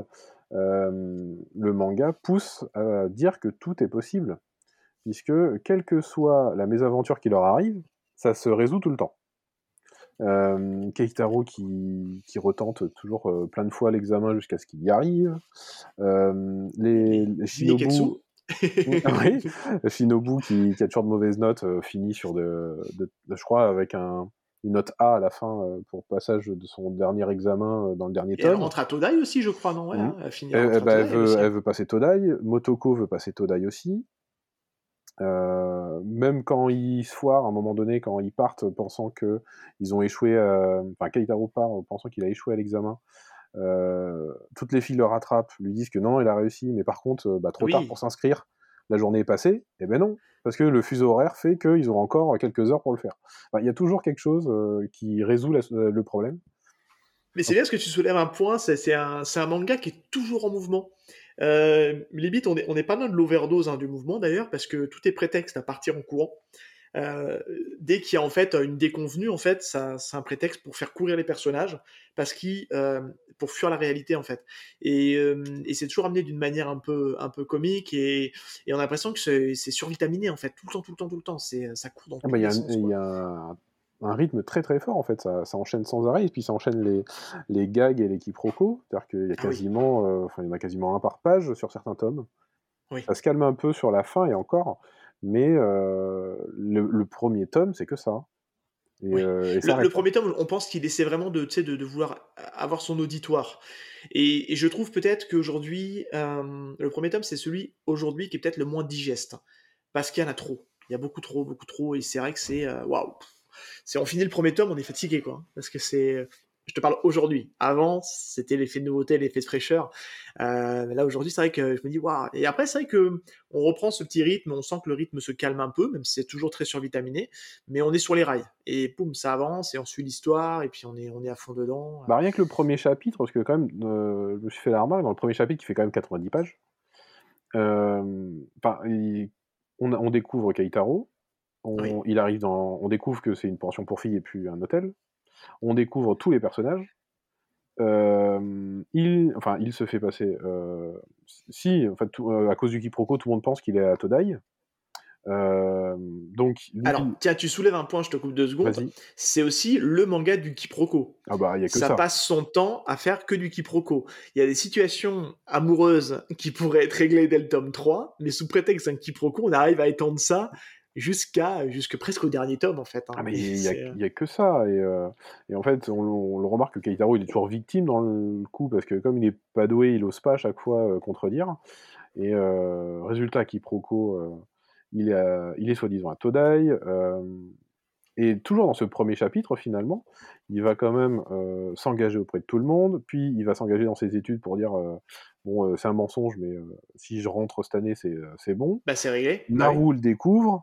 hem, le manga pousse à dire que tout est possible, puisque quelle que soit la mésaventure qui leur arrive, ça se résout tout le temps. Hem, Keitaro qui qui retente toujours, heu, plein de fois l'examen jusqu'à ce qu'il y arrive. Hem, les Les les Niketsu. Shinobu mmh, oui, Shinobu qui qui a toujours de mauvaises notes, heu, finit sur de de de je crois avec un une note A à la fin, heu, pour le passage de son dernier examen, heu, dans le dernier Et elle tome. rentre à Todai aussi, je crois, non? Ouais, Mmh. hein, elle finit, elle Et et rentre à bah, elle Todai, elle veut aussi, elle hein. veut passer Todai, Motoko veut passer Todai aussi. Heu, même quand ils se foirent, à un moment donné, quand ils partent pensant qu'ils ont échoué, heu, enfin Keitaro part en pensant qu'il a échoué à l'examen, heu, toutes les filles le rattrapent, lui disent que non, il a réussi, mais par contre, heu, bah, trop tard pour Oui. s'inscrire, la journée est passée. Et beh non, parce que le fuseau horaire fait qu'ils ont encore quelques heures pour le faire. Enfin, il y a toujours quelque chose, heu, qui résout la s le problème. Mais c'est bien parce que tu soulèves un point, c'est c'est un c'est un manga qui est toujours en mouvement. Heu, limite, on est on est pas loin de l'overdose, hein, du mouvement d'ailleurs, parce que tout est prétexte à partir en courant. Heu, dès qu'il y a en fait une déconvenue, en fait, ça c'est un prétexte pour faire courir les personnages, parce qu'ils, hem, pour fuir la réalité en fait. Et, hem, et c'est toujours amené d'une manière un peu un peu comique et et on a l'impression que c'est c'est survitaminé en fait, tout le temps, tout le temps, tout le temps. C'est, ça court dans Ah bah, tous il y les a un sens, il y quoi. a un un rythme très, très fort en fait, ça ça enchaîne sans arrêt et puis ça enchaîne les les gags et les quiproquos. C'est-à-dire qu'il y a Ah oui, quasiment, heu, enfin, il y en a quasiment un par page sur certains tomes. oui. Ça se calme un peu sur la fin et encore, mais heu, le le premier tome, c'est que ça et Oui. heu et Le ça le arrête pas. premier tome, on pense qu'il essaie vraiment de, tu sais, de de vouloir a avoir son auditoire et et je trouve peut-être qu'aujourd'hui, hem, le premier tome, c'est celui, aujourd'hui, qui est peut-être le moins digeste. Parce qu'il y en a trop. Il y a beaucoup trop, beaucoup trop et c'est vrai que c'est, heu, waouh! C'est on finit le premier tome, on est fatigué, quoi, hein, parce que c'est, je te parle aujourd'hui. Avant, c'était l'effet de nouveauté, l'effet de fraîcheur. Heu, mais là, aujourd'hui, c'est vrai que je me dis: «Waouh!» Et après, c'est vrai que on reprend ce petit rythme, on sent que le rythme se calme un peu, même si c'est toujours très survitaminé, mais on est sur les rails et boum, ça avance et on suit l'histoire et puis on est on est à fond dedans. Bah, rien que le premier chapitre, parce que quand même, heu, je me suis fait la remarque dans le premier chapitre qui fait quand même quatre-vingt-dix pages, hem, enfin, il on a on découvre Keitaro, Oui. on il arrive dans on découvre que c'est une pension pour filles et puis un hôtel. On découvre tous les personnages. Hem, il enfin, il se fait passer, heu, si, en fait, tout, heu, à cause du quiproquo, tout le monde pense qu'il est à Todai. Hem, donc Alors, lui tiens, tu soulèves un point, je te coupe deux secondes. vas-y. C'est aussi le manga du quiproquo. Ah bah, il y a que Ça ça. passe son temps à faire que du quiproquo. Il y a des situations amoureuses qui pourraient être réglées dès le tome trois, mais sous prétexte d'un quiproquo, on arrive à étendre ça jusqu'à jusque presque au dernier tome, en fait, Ah hein. mais Et il y a c'est, heu il y a que ça et heu et en fait, on le on le remarque que Keitaro, il est toujours victime dans le coup parce que comme il est pas doué, il ose pas à chaque fois, heu, contredire et heu, résultat quiproquo, heu, il est à il est soi-disant à Todai, hem et toujours dans ce premier chapitre, finalement, il va quand même, heu, s'engager auprès de tout le monde, puis il va s'engager dans ses études pour dire, heu: «Bon, heu, c'est un mensonge, mais heu, si je rentre cette année, c'est, heu, c'est bon». bah, c'est réglé, bah, oui. Naru le découvre,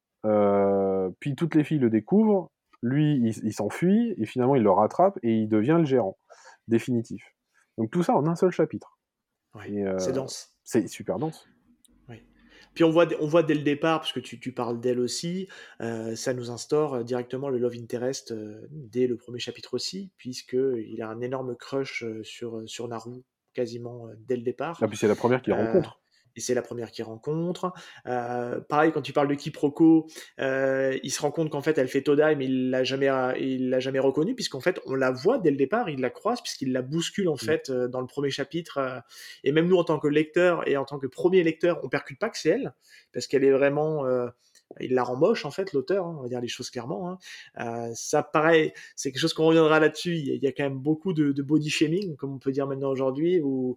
heu, puis toutes les filles le découvrent, lui, il s il s'enfuit et finalement, il le rattrape et il devient le gérant, définitif. Donc tout ça en un seul chapitre Oui, et heu, c'est dense. c'est super dense. Oui. Puis on voit on voit dès le départ, parce que tu tu parles d'elle aussi, heu, ça nous instaure, heu, directement le love interest, heu, dès le premier chapitre aussi, puisqu'il a un énorme crush, heu, sur, heu, sur Naru, quasiment, heu, dès le départ. Ah puis c'est la première qu'il Heu rencontre. et c'est la première qu'il rencontre. Heu, pareil, quand tu parles de quiproquo, heu, il se rend compte qu'en fait, elle fait Todai, mais il l'a jamais a il l'a jamais reconnue puisqu'en fait, on la voit dès le départ, il la croise puisqu'il la bouscule, en Mmh. fait, heu, dans le premier chapitre, heu et même nous, en tant que lecteur et en tant que premier lecteur, on percute pas que c'est elle parce qu'elle est vraiment, heu, il la rend moche, en fait, l'auteur, hein, on va dire les choses clairement, hein. Heu, ça, pareil, c'est quelque chose qu'on reviendra là-dessus. Il y a il y a quand même beaucoup de de body shaming, comme on peut dire maintenant aujourd'hui, où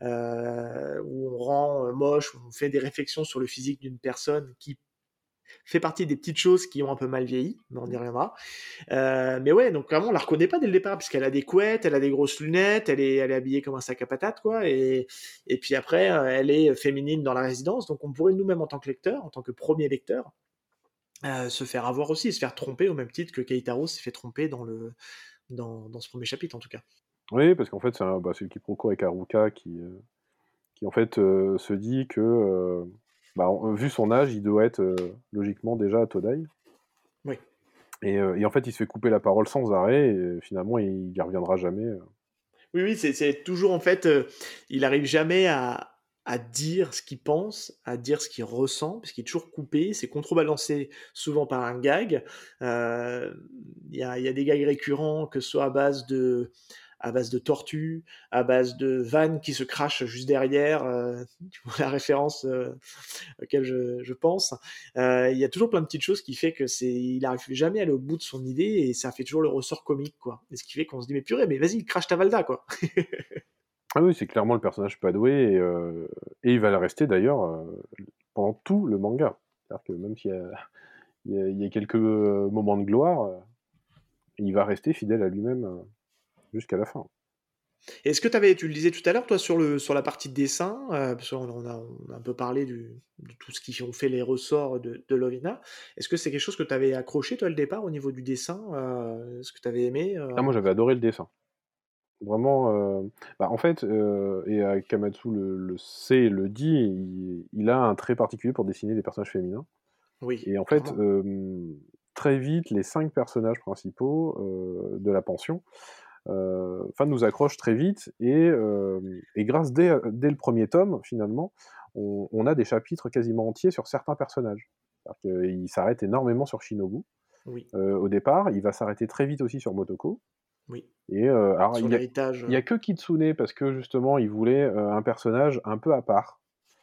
heu, où on rend, heu, moche, où on fait des réflexions sur le physique d'une personne qui fait partie des petites choses qui ont un peu mal vieilli, mais on y reviendra. Heu, mais ouais, donc vraiment on la reconnaît pas dès le départ puisqu'elle a des couettes, elle a des grosses lunettes, elle est elle est habillée comme un sac à patates, quoi. Et et puis après, heu, elle est féminine dans la résidence, donc on pourrait nous-mêmes en tant que lecteur, en tant que premier lecteur, heu, se faire avoir aussi, se faire tromper au même titre que Keitaro s'est fait tromper dans le dans dans ce premier chapitre, en tout cas. Oui, parce qu'en fait, c'est un bah, c'est le quiproquo avec Haruka qui, heu, qui en fait, heu, se dit que, heu, bah, en vu son âge, il doit être, heu, logiquement déjà à Todai Oui. et heu et en fait, il se fait couper la parole sans arrêt et finalement, il y reviendra jamais, heu Oui, oui, c'est c'est toujours en fait, heu, il arrive jamais à à dire ce qu'il pense, à dire ce qu'il ressent, parce qu'il est toujours coupé, c'est contrebalancé souvent par un gag. Hem, il y a il y a des gags récurrents, que ce soit à base de à base de tortues, à base de vannes qui se crachent juste derrière, heu, tu vois la référence, heu, auquel je je pense? Heu, il y a toujours plein de petites choses qui fait que c'est il arrive jamais à aller au bout de son idée et ça fait toujours le ressort comique, quoi. Et ce qui fait qu'on se dit: «Mais purée, mais vas-y, crache ta Valda, quoi!» Ah oui, c'est clairement le personnage Padwé et heu et il va le rester d'ailleurs, heu, pendant tout le manga. C'est-à-dire que même s'il y a il y a il y a quelques, heu, moments de gloire, heu, il va rester fidèle à lui-même, heu, jusqu'à la fin. Est-ce que tu avais tu le disais tout à l'heure, toi, sur le sur la partie dessin, heu, parce qu'on on a on a un peu parlé du de tout ce qui ont fait les ressorts de de Lovina. Est-ce que c'est quelque chose que tu avais accroché, toi, le départ, au niveau du dessin? Heu, est-ce que tu avais aimé, heu? Ah moi j'avais adoré le dessin. Vraiment, heu, bah, en fait, heu et Akamatsu le le sait et le dit, il il a un trait particulier pour dessiner des personnages féminins Oui, et en fait, clairement. hem, très vite, les cinq personnages principaux, heu, de la pension, heu, enfin nous accrochent très vite et hem et grâce dès, heu, dès le premier tome, finalement, on on a des chapitres quasiment entiers sur certains personnages. C'est-à-dire qu'il s'arrête énormément sur Shinobu, Oui, heu, au départ, il va s'arrêter très vite aussi sur Motoko oui. et heu, alors Sur il y a l'héritage, il y heu, a que Kitsune parce que justement il voulait, heu, un personnage un peu à part,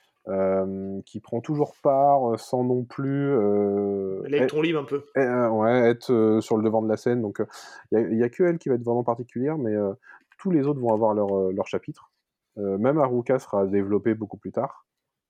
hem, qui prend toujours part, heu, sans non plus, heu, elle est avec ê ton livre un peu. ê heu, ouais, être, heu, sur le devant de la scène donc heu, il y a il y a que elle qui va être vraiment particulière mais heu, tous les autres vont avoir leur, heu, leur chapitre. Heu, même Haruka sera développée beaucoup plus tard.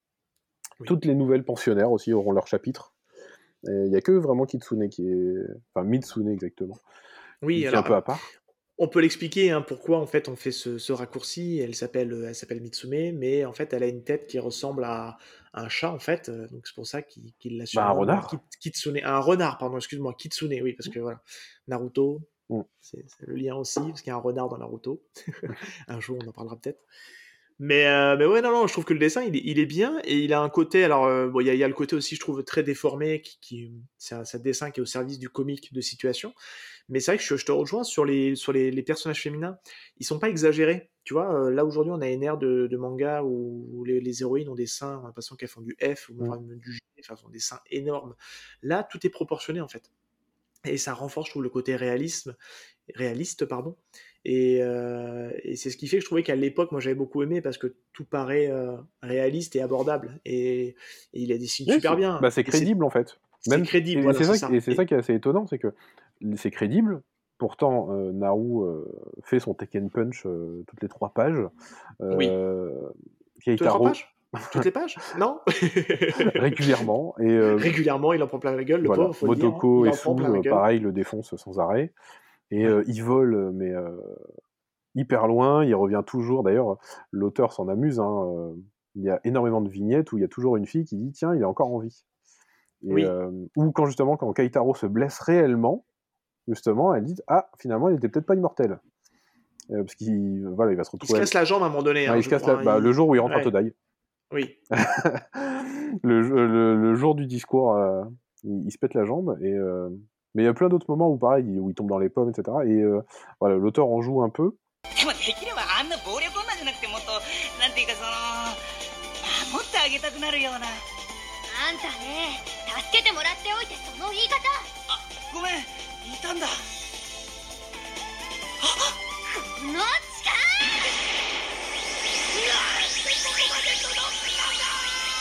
Oui. Toutes les nouvelles pensionnaires aussi auront leur chapitre et il y a que vraiment Kitsune qui est enfin Mitsune exactement, qui Oui, qui est un alors, peu hem, à part. on peut l'expliquer, hein, pourquoi, en fait, on fait ce ce raccourci. Elle s'appelle, heu, elle s'appelle Mitsume, mais en fait, elle a une tête qui ressemble à un chat, en fait, heu, donc c'est pour ça qu'il qu'il la Bah, un surnomme, heu, Kit renard. Kitsune. Un renard, pardon, excuse-moi, Kitsune, oui, parce Mmh. que voilà, Naruto, Mmh. c'est c'est le lien aussi, parce qu'il y a un renard dans Naruto. Un jour, on en parlera peut-être. Mais, heu, mais ouais, non, non, je trouve que le dessin, il est il est bien et il a un côté alors, heu, bon, il y a il y a le côté aussi, je trouve, très déformé qui qui, mmh, c'est un c'est un dessin qui est au service du comique de situation. Mais c'est vrai que je je te rejoins sur les sur les les personnages féminins. Ils sont pas exagérés, tu vois? Heu, là, aujourd'hui, on a une ère de de manga où où les les héroïnes ont des seins, on a l'impression qu'elles font du F ou Mmh. enfin même du G, enfin, elles ont des seins énormes. Là, tout est proportionné, en fait et ça renforce, je trouve, le côté réalisme réaliste, pardon et heu et c'est ce qui fait que je trouvais qu'à l'époque, moi, j'avais beaucoup aimé parce que tout paraît, heu, réaliste et abordable et et il la dessine Oui, super c'est bien bah, c'est et c'est crédible, en fait. c'est Même s crédible, et voilà, c'est c'est ça qui ça et c'est ça et qui est assez étonnant, c'est que l c'est crédible, pourtant, heu, Naru, heu, fait son Tekken Punch, heu, toutes les trois pages. oui. Heu, Toutes les trois Keitaro pages? Toutes les pages? Non? régulièrement et heu, Régulièrement, il en prend plein la gueule, le voilà, pauvre, faut le dire, hein, Motoko il et en Su, prend plein la heu, gueule. pareil, le défoncent sans arrêt et Ouais. heu, il vole, heu, mais heu, hyper loin, il revient toujours d'ailleurs, l'auteur s'en amuse, hein, heu, il y a énormément de vignettes où il y a toujours une fille qui dit: «Tiens, il est encore en vie» et Oui, hem, ou quand justement, quand Keitaro se blesse réellement, justement, elle dit: «Ah, finalement, il était peut-être pas immortel». Heu, parce qu'il voilà, il va se il se retrouver casse la jambe à un moment donné, ouais, hein, il se je casse crois, la hein, bah, le il jour où il rentre à ouais, Todai. oui, Le j le le jour du discours, heu, il il se pète la jambe et heu, mais il y a plein d'autres moments où pareil, où il tombe dans les pommes et cetera et heu, voilà, l'auteur en joue un peu. でもできればあんな暴力女じゃなくてもっとなんていうかその守ってあげたくなるようなあんたね助けてもらっておいてその言い方あごめんいたんだこの力なんでここまで届くのか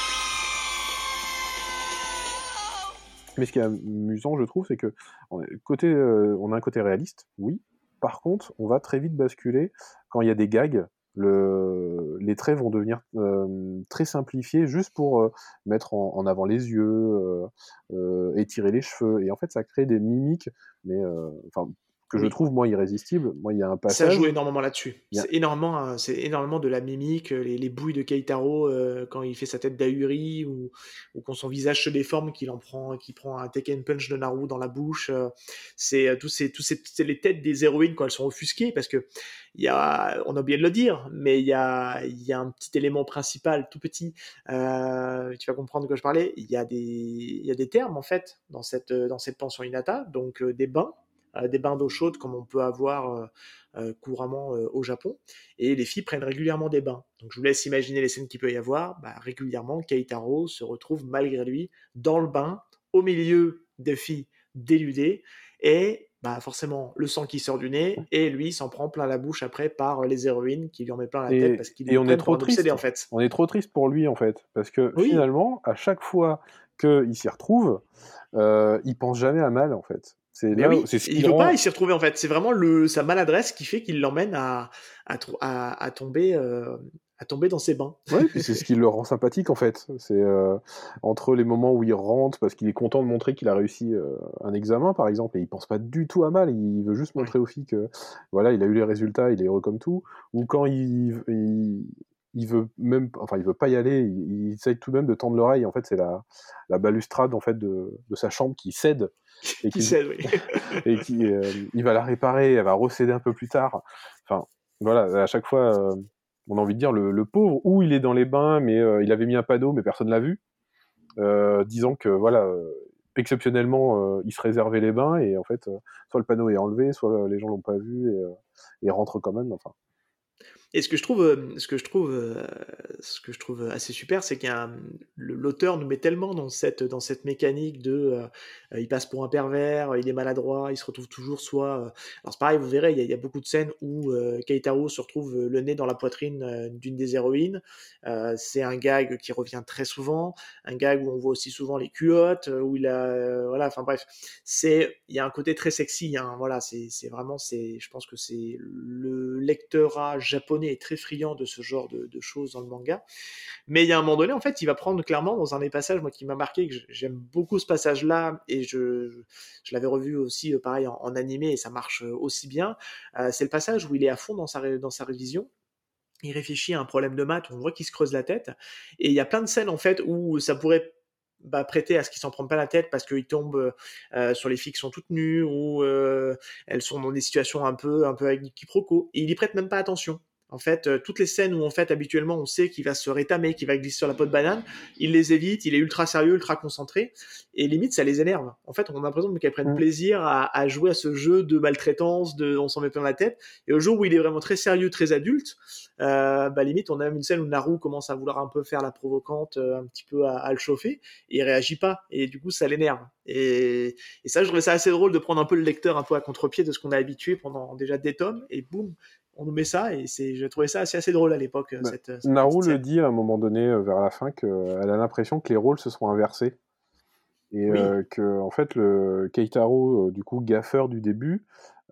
Mais ce qui est amusant, je trouve, c'est que on est côté, heu, on a un côté réaliste, oui. Par contre, on va très vite basculer quand il y a des gags, le les traits vont devenir, hem, très simplifiés juste pour, heu, mettre en en avant les yeux, heu heu, étirer les cheveux et en fait, ça crée des mimiques, mais heu, enfin, que je oui. trouve, moi, irrésistibles. Moi, il y a un Ça joue passage, énormément là-dessus. il y a C'est énormément, hein, c'est énormément de la mimique, heu, les les bouilles de Keitaro, heu, quand il fait sa tête d'ahuri ou ou quand son visage se déforme, qu'il en prend qu'il prend un Tekken Punch de Naru dans la bouche, heu, c'est, heu, tous ces tous ces c'est les têtes des héroïnes quand elles sont offusquées parce qu'il y a on a oublié de le dire, mais il y a il y a un petit élément principal tout petit, heu, tu vas comprendre de quoi je parlais. Il y a des il y a des termes en fait dans cette, heu, dans cette pension Hinata, donc heu, des bains heu, des bains d'eau chaude comme on peut avoir, heu heu, couramment, heu, au Japon et les filles prennent régulièrement des bains. Donc je vous laisse imaginer les scènes qu'il peut y avoir. Bah, régulièrement, Keitaro se retrouve malgré lui dans le bain, au milieu des filles dénudées et bah, forcément le sang qui sort du nez et lui il s'en prend plein la bouche après par les héroïnes qui lui en mettent plein la tête Et parce qu'ils et le on est prennent pour trop un obsédé, triste. en fait. On est trop triste pour lui, en fait, parce que Oui, finalement, à chaque fois qu'il s'y retrouve, heu, il pense jamais à mal, en fait. C'est mais là oui, c'est ce et qui il le veut pas rend y s'y retrouver, en fait. C'est vraiment le sa maladresse qui fait qu'il l'emmène à à tr à à tomber, heu, à tomber dans ses bains. ouais, puis c'est ce qui le rend sympathique, en fait. C'est, heu, entre les moments où il rentre parce qu'il est content de montrer qu'il a réussi, heu, un examen, par exemple, et il pense pas du tout à mal, il veut juste Ouais, montrer aux filles que, voilà, il a eu les résultats, il est heureux comme tout. Ou quand il v il il veut même p enfin, il veut pas y aller, il il essaye tout de même de tendre l'oreille. En fait, c'est la la balustrade, en fait, de de sa chambre qui cède et qui qui sait, oui. et qui, hem, il va la réparer, elle va recéder un peu plus tard. Enfin, voilà, à chaque fois, heu, on a envie de dire le le pauvre, ou il est dans les bains, mais heu, il avait mis un panneau, mais personne l'a vu, heu, disant que voilà, heu, exceptionnellement, heu, il se réservait les bains et en fait, heu, soit le panneau est enlevé, soit les gens l'ont pas vu et heu, et rentrent quand même, enfin. Et ce que je trouve, hem, ce que je trouve, heu, ce que je trouve assez super, c'est qu'il y a un le l'auteur nous met tellement dans cette dans cette mécanique de, heu heu, il passe pour un pervers, il est maladroit, il se retrouve toujours soit, heu alors c'est pareil, vous verrez, il y a il y a beaucoup de scènes où, heu, Keitaro se retrouve, heu, le nez dans la poitrine, heu, d'une des héroïnes. Heu, c'est un gag qui revient très souvent, un gag où on voit aussi souvent les culottes, heu, où il a, heu, voilà, enfin bref. C'est il y a un côté très sexy, hein, voilà, c'est c'est vraiment c'est je pense que c'est le lectorat japonais est très friand de ce genre de de choses dans le manga. Mais il y a un moment donné, en fait, il va prendre clairement dans un des passages, moi, qui m'a marqué, que j'aime beaucoup ce passage-là, et je, je, je l'avais revu aussi, euh, pareil, en, en animé, et ça marche euh, aussi bien. Euh, c'est le passage où il est à fond dans sa, ré- dans sa révision. Il réfléchit à un problème de maths, on voit qu'il se creuse la tête. Et il y a plein de scènes, en fait, où ça pourrait bah, prêter à ce qu'il s'en prenne pas la tête parce qu'il tombe euh, sur les filles qui sont toutes nues ou euh, elles sont dans des situations un peu un peu avec des quiproquos et il y prête même pas attention. En fait, euh, toutes les scènes où en fait habituellement on sait qu'il va se rétamer, qu'il va glisser sur la peau de banane, il les évite, il est ultra sérieux, ultra concentré et limite ça les énerve. En fait, on a l'impression qu'elles prennent Mmh. plaisir à, à jouer à ce jeu de maltraitance, de on s'en met plein la tête. Et au jour où il est vraiment très sérieux, très adulte, euh, bah limite on a même une scène où Naru commence à vouloir un peu faire la provocante, euh, un petit peu à, à le chauffer et il réagit pas et du coup ça l'énerve et, et ça je trouvais ça assez drôle de prendre un peu le lecteur un peu à contre-pied de ce qu'on a habitué pendant déjà des tomes et boum on nous met ça et c'est j'ai trouvé ça assez assez drôle à l'époque Bah, cette, cette Naru petite le scène. dit à un moment donné, heu, vers la fin, qu'elle a l'impression que les rôles se sont inversés. Et Oui, heu, que en fait, le Keitaro, heu, du coup, gaffeur du début,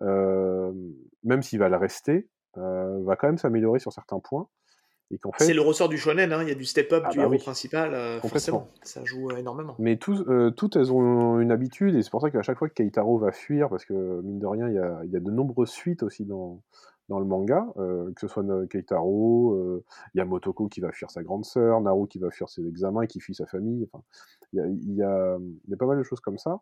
hem, même s'il va le rester, heu, va quand même s'améliorer sur certains points et qu'en c'est fait, le ressort du shonen, hein, il y a du step-up ah du bah héros oui, principal, euh, complètement. forcément ça joue euh, énormément. Mais tous, heu, toutes elles ont une habitude et c'est pour ça qu'à chaque fois que Keitaro va fuir, parce que mine de rien, il y a il y a de nombreuses fuites aussi dans dans le manga, heu, que ce soit ne Keitaro, heu, il y a Motoko qui va fuir sa grande sœur, Naru qui va fuir ses examens et qui fuit sa famille, enfin, il y a il y a, mmh, il y a pas mal de choses comme ça.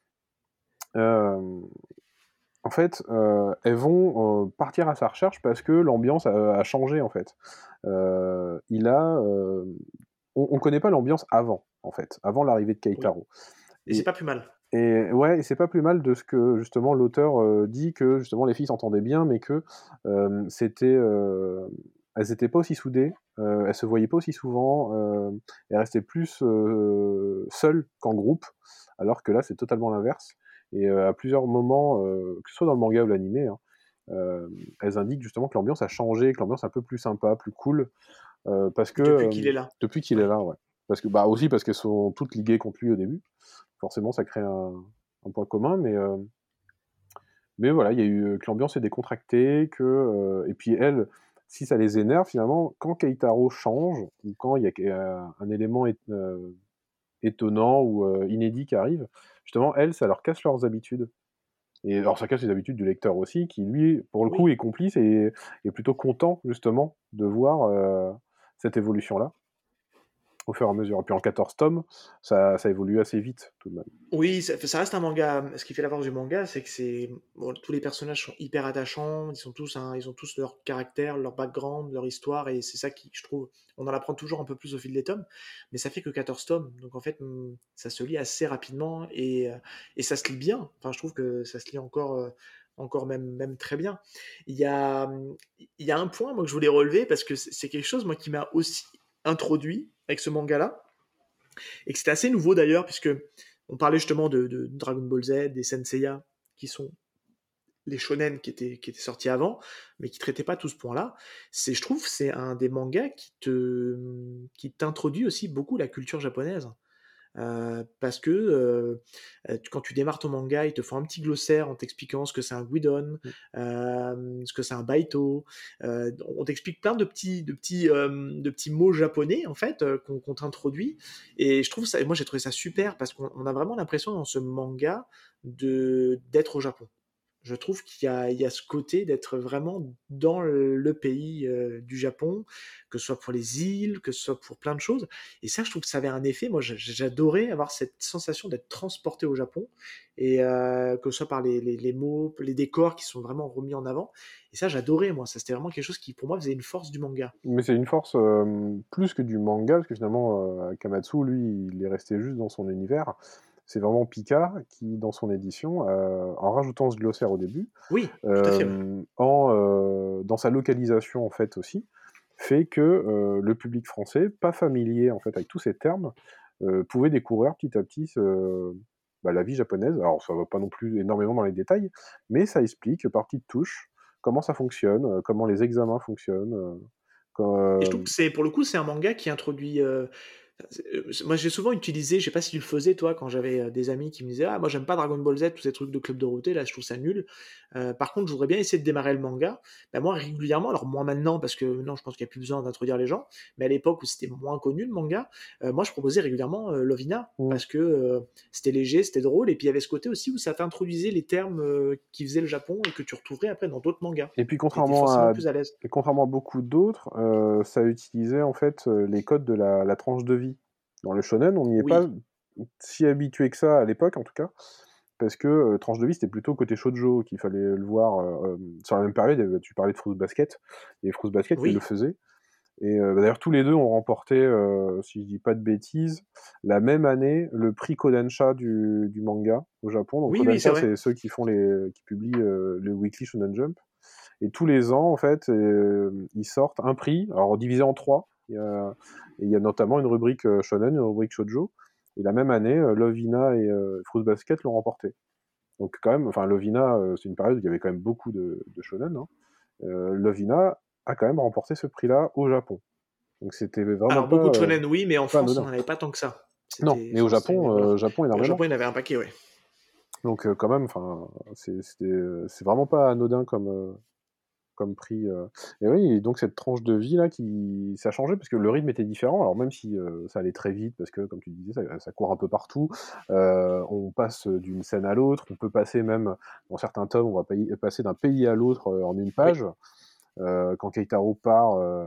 Hem En fait, heu, elles vont, heu, partir à sa recherche parce que l'ambiance a a changé, en fait. Heu, il a, hem, on on connaît pas l'ambiance avant, en fait, avant l'arrivée de Oui, Keitaro et c'est et pas plus mal. et ouais et c'est pas plus mal de ce que justement l'auteur, heu, dit que justement les filles s'entendaient bien mais que, hem, c'était, heu, elles étaient pas aussi soudées, heu, elles se voyaient pas aussi souvent, hem, elles restaient plus, heu, seules qu'en groupe, alors que là, c'est totalement l'inverse et heu, à plusieurs moments, heu, que ce soit dans le manga ou l'animé, hein, hem, elles indiquent justement que l'ambiance a changé, que l'ambiance est un peu plus sympa, plus cool, heu, parce que, Depuis qu'il hem, est là. depuis qu'il est Oui. là, ouais. Parce que, bah, aussi parce qu'elles sont toutes liguées contre lui au début. Forcément, ça crée un un point commun, mais heu, mais voilà, il y a eu, que l'ambiance est décontractée, que, heu et puis elles, si ça les énerve finalement, quand Keitaro change ou quand il y a qu un un élément ét heu, étonnant ou heu, inédit qui arrive, justement elles, ça leur casse leurs habitudes et alors ça casse les habitudes du lecteur aussi qui lui, pour le coup, Oui. est complice et est plutôt content justement de voir, heu, cette évolution-là. au fur et à mesure. Et puis en quatorze tomes, ça, ça évolue assez vite, tout de même. Oui, ça, ça reste un manga. Ce qui fait la force du manga, c'est que c'est bon, tous les personnages sont hyper attachants. Ils sont tous, un- ils ont tous leur caractère, leur background, leur histoire, et c'est ça qui, je trouve, on en apprend toujours un peu plus au fil des tomes. Mais ça fait que quatorze tomes, donc en fait, hum, ça se lit assez rapidement et euh, et ça se lit bien. Enfin, je trouve que ça se lit encore, euh, encore même, même très bien. Il y a, hum, il y a un point moi que je voulais relever parce que c'est c'est quelque chose moi qui m'a aussi introduit avec ce manga-là et que c'était assez nouveau d'ailleurs, puisque on parlait justement de, de Dragon Ball Z, des Senseiya, qui sont les shonen qui étaient, qui étaient sortis avant, mais qui traitaient pas tout ce point-là. C'est, je trouve, c'est un des mangas qui te, qui t'introduit aussi beaucoup la culture japonaise. Euh, parce que euh, euh, tu- quand tu démarres ton manga, ils te font un petit glossaire en t'expliquant ce que c'est un guidon, Mm. euh, ce que c'est un baito. Euh, on t'explique plein de petits, de petits, euh, de petits mots japonais en fait euh, qu'on qu'on t'introduit. Et je trouve ça, moi j'ai trouvé ça super parce qu'on on a vraiment l'impression dans ce manga de d'être au Japon. Je trouve qu'il y a, il y a ce côté d'être vraiment dans le pays euh, du Japon, que ce soit pour les îles, que ce soit pour plein de choses. Et ça, je trouve que ça avait un effet. Moi, j'a- j'adorais avoir cette sensation d'être transporté au Japon, et euh, que ce soit par les, les, les mots, les décors qui sont vraiment remis en avant. Et ça, j'adorais, moi. Ça, c'était vraiment quelque chose qui, pour moi, faisait une force du manga. Mais c'est une force euh, plus que du manga, parce que finalement, euh, Kamatsu, lui, il est resté juste dans son univers. C'est vraiment Pika qui, dans son édition, euh, en rajoutant ce glossaire au début, Oui, tout à fait, ouais. euh, en, euh, dans sa localisation en fait aussi, fait que euh, le public français, pas familier en fait avec tous ces termes, euh, pouvait découvrir petit à petit ce- bah, la vie japonaise. Alors ça va pas non plus énormément dans les détails, mais ça explique par petites touches comment ça fonctionne, euh, comment les examens fonctionnent. euh, quand, Et je euh, trouve que c'est, pour le coup, c'est un manga qui introduit. Euh, euh, moi, j'ai souvent utilisé, je sais pas si tu le faisais, toi, quand j'avais euh, des amis qui me disaient: Ah, moi, j'aime pas Dragon Ball Z, tous ces trucs de Club Dorothée, là, je trouve ça nul. Euh, par contre, je voudrais bien essayer de démarrer le manga. Ben, moi, régulièrement, alors moins maintenant, parce que non, je pense qu'il n'y a plus besoin d'introduire les gens, mais à l'époque où c'était moins connu le manga, euh, moi, je proposais régulièrement euh, Lovina, hmm. parce que euh, c'était léger, c'était drôle, et puis il y avait ce côté aussi où ça t'introduisait les termes euh, qui faisaient le Japon et que tu retrouverais après dans d'autres mangas. Et puis T'étais contrairement forcément à, plus à l'aise. et contrairement à beaucoup d'autres, euh, ça utilisait en fait euh, les codes de la, la tranche de vie. Dans le shonen, on n'y est pas Oui, si habitué que ça à l'époque en tout cas, parce que euh, tranche de vie c'était plutôt côté shoujo qu'il fallait le voir euh, euh, sur la même période. euh, Tu parlais de Fruits Basket, et Fruits Basket ils le oui, faisaient. Et euh, bah, d'ailleurs tous les deux ont remporté, euh, si je dis pas de bêtises, la même année le prix Kodansha du, du manga au Japon. Donc oui, oui, c'est Kodansha vrai. c'est ceux qui font les, qui publient euh, le Weekly Shonen Jump. Et tous les ans, en fait, euh, ils sortent un prix, alors divisé en trois. Il y a, et il y a notamment une rubrique euh, shonen, une rubrique shoujo. Et la même année, euh, Lovina et euh, Fruits Basket l'ont remporté. Donc quand même, enfin Lovina, euh, c'est une période où il y avait quand même beaucoup de, de shonen. Hein. Euh, Lovina a quand même remporté ce prix-là au Japon. Donc c'était vraiment Alors, pas, beaucoup de euh, shonen, oui, mais en pas France, on anodin. n'en avait pas tant que ça. Non, C'était, mais au enfin, c'est, Japon, voilà. euh, Japon Mais au énormément. Japon, il y en avait un paquet, ouais. Donc euh, quand même, enfin, c'est c'était- c'est vraiment pas anodin comme, euh, comme prix. euh. Et oui, et donc cette tranche de vie là, qui ça a changé parce que le rythme était différent. Alors même si euh, ça allait très vite, parce que comme tu disais, ça, ça court un peu partout. euh, on passe d'une scène à l'autre. On peut passer même dans certains tomes, on va payer- passer d'un pays à l'autre euh, en une Oui. page. Euh, quand Keitaro part, euh,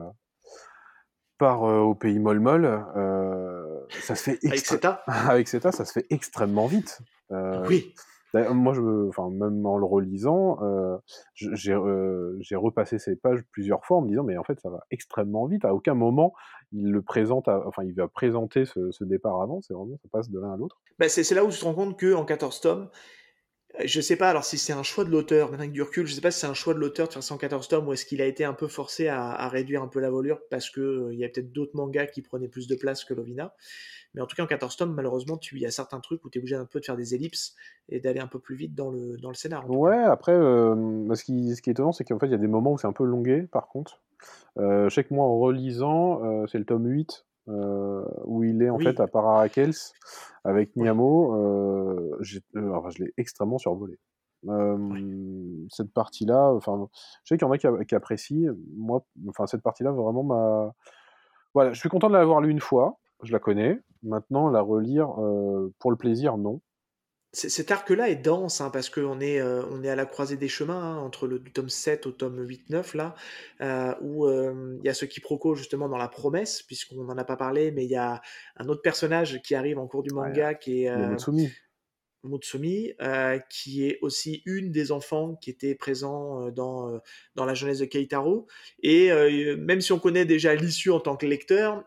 part euh, au pays Molmol, euh, ça se fait Avec extra... Seta. avec Zeta, ça se fait extrêmement vite. Euh, Oui. D'ailleurs, moi, je, enfin, même en le relisant, euh, je- j'ai euh, j'ai repassé ces pages plusieurs fois en me disant, mais en fait, ça va extrêmement vite. À aucun moment, il le présente, à- enfin, il va présenter ce, ce départ avant. C'est vraiment, ça passe de l'un à l'autre. Bah, c'est, c'est là où tu te rends compte que en quatorze tomes, euh, je sais pas alors si c'est un choix de l'auteur, maintenant avec du recul, je sais pas si c'est un choix de l'auteur de faire ça en quatorze tomes ou est-ce qu'il a été un peu forcé à, à réduire un peu la voilure parce que euh, il y a peut-être d'autres mangas qui prenaient plus de place que Lovina. Mais en tout cas, en quatorze tomes, malheureusement, tu, il y a certains trucs où tu es obligé un peu de faire des ellipses et d'aller un peu plus vite dans le, dans le scénar, en tout Ouais, cas. après, euh, bah, ce qui, ce qui est étonnant, c'est qu'en fait, il y a des moments où c'est un peu longué, par contre. Euh, je sais que moi, en relisant, euh, c'est le tome huit, euh, où il est en fait Oui, à Pararakels avec oui. Niamo. Euh, j'ai- euh, enfin, je l'ai extrêmement survolé. Ouais. Euh, cette partie-là, enfin, je sais qu'il y en a qui, a- qui apprécient. Moi, enfin, cette partie-là, vraiment, m'a. Voilà, je suis content de l'avoir lu une fois. Je la connais. Maintenant, la relire euh, pour le plaisir, non. C cet arc-là est dense, hein, parce qu'on est, heu, on est à la croisée des chemins, hein, entre le du tome sept au tome huit neuf là, heu, où, hem, il y a ce quiproquo justement dans la promesse, puisqu'on n'en a pas parlé, mais il y a un autre personnage qui arrive en cours du Ouais, heu, manga qui est, il y a heu, Mutsumi. Mutsumi, heu, qui est aussi une des enfants qui étaient présents, heu, dans, heu, dans la jeunesse de Keitaro et heu, même si on connaît déjà l'issue en tant que lecteur,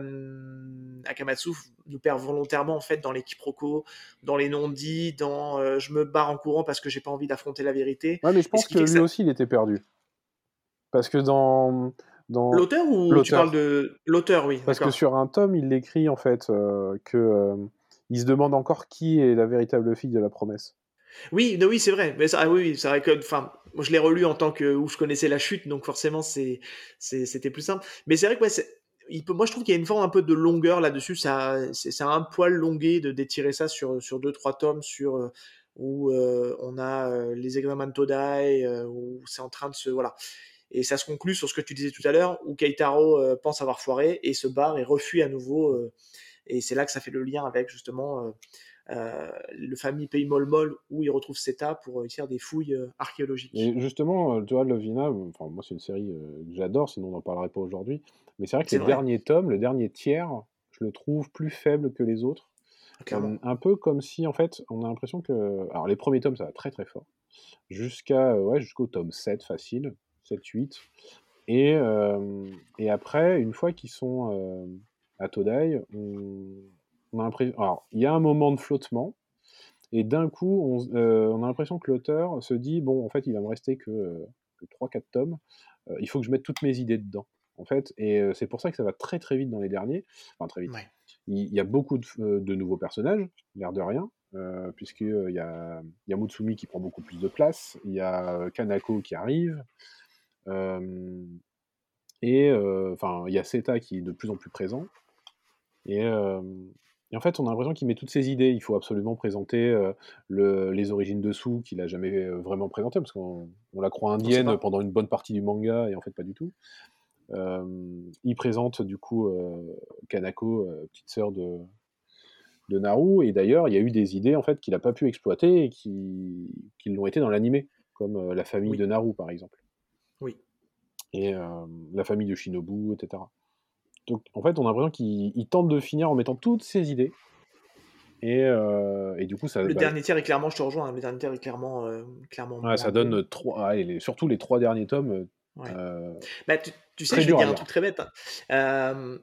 hem, Akamatsu f nous perd volontairement, en fait, dans les quiproquos, dans les non-dits, dans, heu, je me barre en courant parce que j'ai pas envie d'affronter la vérité Ouais, mais je et ce pense qui que fait que lui ça aussi, il était perdu. Parce que dans, mmh, dans l'auteur ou tu parles l'auteur. de l'auteur? Oui, Parce que d'accord. sur un tome, il l'écrit en fait, heu, que, hem, il se demande encore qui est la véritable fille de la promesse. Oui, non, oui, c'est vrai, mais ça ah oui, oui, c'est vrai que enfin, moi je l'ai relu en tant que où je connaissais la chute, donc forcément c'est c'est c'était plus simple. Mais c'est vrai que ouais, c'est il peut moi je trouve qu'il y a une forme un peu de longueur là-dessus, ça c'est c'est un poil longué de d'étirer ça sur, sur deux trois tomes sur, heu, où, heu, on a, heu, les examens de Todai, heu, où c'est en train de se voilà et ça se conclut sur ce que tu disais tout à l'heure, où Keitaro, heu, pense avoir foiré et se barre et refuit à nouveau, heu et c'est là que ça fait le lien avec justement, heu euh, le famille Pays Molmol où il retrouve Seta pour euh, faire des fouilles euh, archéologiques. Et justement, heu, tu vois, Lovina, enfin moi c'est une série, heu, que j'adore, sinon on n'en parlerait pas aujourd'hui. Mais c'est vrai que C'est les vrai, derniers tomes, le dernier tiers, je le trouve plus faible que les autres. clairement. Hem, un peu comme si en fait, on a l'impression que alors les premiers tomes ça va très, très fort, jusqu'à, heu, ouais, jusqu'au tome sept facile, sept huit et hem et après une fois qu'ils sont, hem, à Todai, on on a l'impression alors il y a un moment de flottement et d'un coup on s on a l'impression que l'auteur se dit: «Bon en fait il va me rester que, heu, que trois quatre tomes, heu, il faut que je mette toutes mes idées dedans», en fait et heu, c'est pour ça que ça va très, très vite dans les derniers, enfin très vite. Ouais. Il il y a beaucoup de f heu, de nouveaux personnages, l'air de rien, heu, puisque, heu, il y a il y a Mutsumi qui prend beaucoup plus de place, il y a, heu, Kanako qui arrive, hem et heu, enfin, il y a Seta qui est de plus en plus présent et hem et en fait, on a l'impression qu'il met toutes ses idées. Il faut absolument présenter, heu, le les origines de Sue qu'il a jamais, heu, vraiment présentées parce qu'on on la croit On sait indienne pas. pendant une bonne partie du manga et en fait pas du tout. Hem, il présente du coup, heu, Kanako, heu, petite sœur de de Naru et d'ailleurs, il y a eu des idées en fait qu'il a pas pu exploiter et qui qui l'ont été dans l'animé, comme, heu, la famille de Oui, Naru par exemple oui. et hem, la famille de Shinobu et cetera. Donc en fait, on a l'impression qu'il il tente de finir en mettant toutes ses idées et heu et du coup ça Le bah, dernier tiers est clairement, je te rejoins, hein, le dernier tiers est clairement, euh, clairement ouais, moins ça donne, bon. heu, trois allez, les surtout les trois derniers tomes, heu Ouais. heu, Bah, tu, tu sais, très je vais te durs à dire un lire. truc très bête, hein. Euh,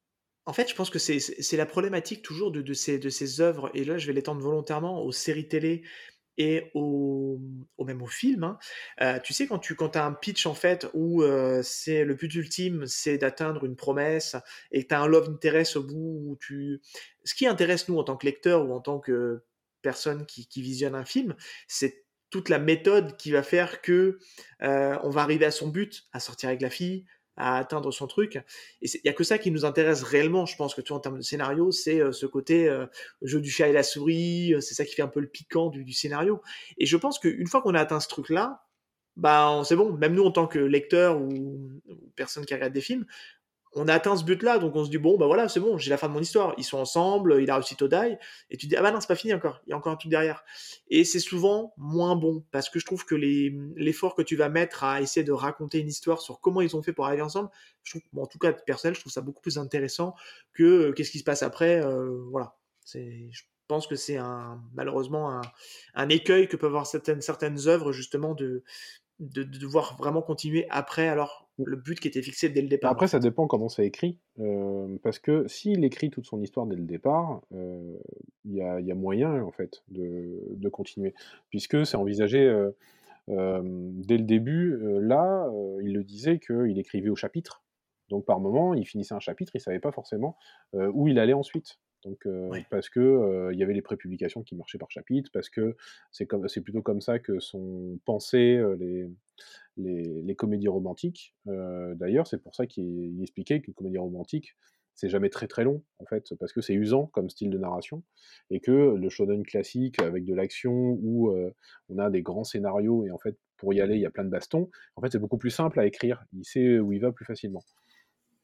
En fait, je pense que c'est c'est c'est la problématique toujours de, de ces, de ces œuvres, et là je vais l'étendre volontairement aux séries télé et au, au même au film, hein. Heu, tu sais quand tu quand as un pitch en fait où, heu, c'est le but ultime, c'est d'atteindre une promesse et que tu as un love interest au bout où tu ce qui intéresse nous en tant que lecteur ou en tant que personne qui qui visionne un film, c'est toute la méthode qui va faire que, heu, on va arriver à son but, à sortir avec la fille, à atteindre son truc et il y a que ça qui nous intéresse réellement, je pense que tu vois en termes de scénario, c'est, heu, ce côté, heu, jeu du chat et la souris, euh, c'est ça qui fait un peu le piquant du, du scénario. Et je pense qu'une fois qu'on a atteint ce truc-là, bah c'est bon, même nous en tant que lecteurs ou, ou personne qui regarde des films, on a atteint ce but-là, donc on se dit bon bah voilà, c'est bon, j'ai la fin de mon histoire. Ils sont ensemble, il a réussi Todai, et tu te dis ah bah non c'est pas fini encore, il y a encore un truc derrière. Et c'est souvent moins bon parce que je trouve que les, l'effort que tu vas mettre à essayer de raconter une histoire sur comment ils ont fait pour arriver ensemble, je trouve, bon, en tout cas personnel, je trouve ça beaucoup plus intéressant que euh, qu'est-ce qui se passe après. Euh, voilà, c'est, je pense que c'est un malheureusement un, un écueil que peuvent avoir certaines certaines œuvres justement de de, de devoir vraiment continuer après alors le but qui était fixé dès le Bah, départ en après ça fait. dépend comment c'est écrit, hem, parce que s'il écrit toute son histoire dès le départ, heu, il y a il y a moyen en fait de de continuer. Puisque c'est envisagé, heu, hem, dès le début, heu, là, heu, il le disait qu'il écrivait au chapitre. Donc par moment, il finissait un chapitre, il savait pas forcément, heu, où il allait ensuite. Donc heu, Ouais. parce que, heu, il y avait les prépublications qui marchaient par chapitre, parce que c'est comme c'est plutôt comme ça que sont pensées, heu, les les les comédies romantiques. Heu, d'ailleurs, c'est pour ça qu'il il expliquait qu'une comédie romantique, c'est jamais très, très long, en fait, parce que c'est usant comme style de narration et que le shonen classique avec de l'action où, heu, on a des grands scénarios et en fait, pour y aller, il y a plein de bastons, en fait, c'est beaucoup plus simple à écrire. Il sait où il va plus facilement.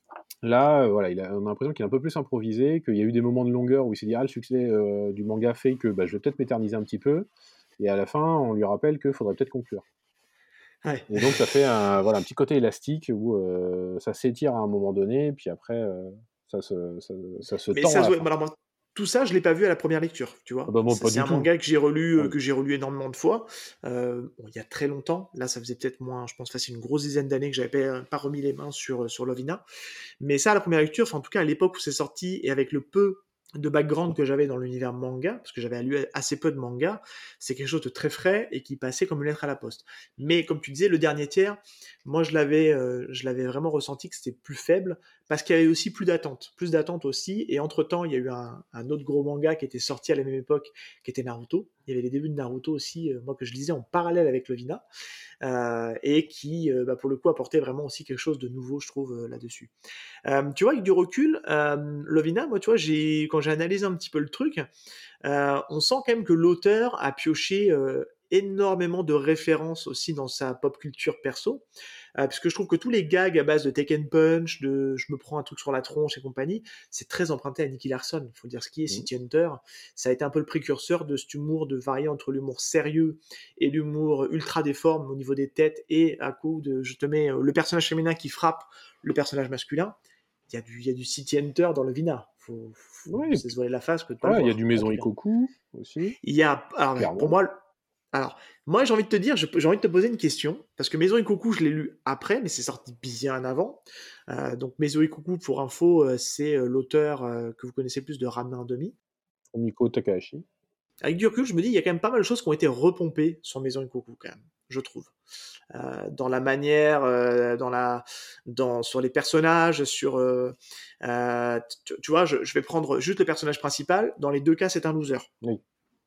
Là, heu, voilà, il a on a l'impression qu'il a un peu plus improvisé, qu'il y a eu des moments de longueur où il s'est dit: «Ah, le succès, heu, du manga fait que, bah, je vais peut-être m'éterniser un petit peu» et à la fin, on lui rappelle qu'il faudrait peut-être conclure. Ouais. Et donc ça fait un voilà, un petit côté élastique où, heu, ça s'étire à un moment donné, puis après, heu, ça se ça ça se Mais tend ça à se la voit fin. mais alors moi, tout ça, je l'ai pas vu à la première lecture, tu Ah vois? bah, moi, C'est pas c'est du un tout. manga que j'ai relu, heu, Ouais. que j'ai relu énormément de fois, heu, bon, il y a très longtemps. Là, ça faisait peut-être moins, je pense facile une grosse dizaine d'années que j'avais pas pas remis les mains sur, heu, sur Lovina. Mais ça, à la première lecture, enfin en tout cas à l'époque où c'est sorti et avec le peu de background que j'avais dans l'univers manga, parce que j'avais lu assez peu de manga, c'est quelque chose de très frais et qui passait comme une lettre à la poste. Mais comme tu disais, le dernier tiers, moi je l'avais, euh, je l'avais vraiment ressenti que c'était plus faible, parce qu'il y avait aussi plus d'attente, plus d'attente aussi. Et entre temps, il y a eu un, un autre gros manga qui était sorti à la même époque, qui était Naruto. Il y avait les débuts de Naruto aussi, euh, moi que je lisais en parallèle avec Lovina euh, et qui, euh, bah, pour le coup, apportait vraiment aussi quelque chose de nouveau, je trouve, euh, là-dessus. Euh, tu vois, avec du recul, euh, Lovina, moi, tu vois, j'ai, quand j'ai analysé un petit peu le truc, euh, on sent quand même que l'auteur a pioché euh, énormément de références aussi dans sa pop culture perso, euh, puisque je trouve que tous les gags à base de Take and Punch, de je me prends un truc sur la tronche et compagnie, c'est très emprunté à Nicky Larson. Il faut dire ce qui est, Mmh. City Hunter, ça a été un peu le précurseur de cet humour de varier entre l'humour sérieux et l'humour ultra déforme au niveau des têtes et à coup de je te mets euh, le personnage féminin qui frappe le personnage masculin. Il y a du, il y a du City Hunter dans le Vina. Faut, faut, Ouais, et c'est puis se voiler la face que de pas le voilà, il y a voir, du en Maison tout cas. Ikoku aussi, Il y a, alors, ouais, pour clairement. moi, alors, moi, j'ai envie de te dire, je- j'ai envie de te poser une question, parce que Maison et Coucou, je l'ai lu après, mais c'est sorti bien avant. Euh, donc, Maison et Coucou, pour info, euh, c'est euh, l'auteur euh, que vous connaissez plus de Ranma un demi. Fumiko Takahashi. Avec du recul, je me dis, il y a quand même pas mal de choses qui ont été repompées sur Maison et Coucou, quand même, je trouve. Euh, dans la manière, euh, dans la, dans, sur les personnages, sur, euh, euh, tu, tu vois, je, je vais prendre juste le personnage principal. Dans les deux cas, c'est un loser. Oui.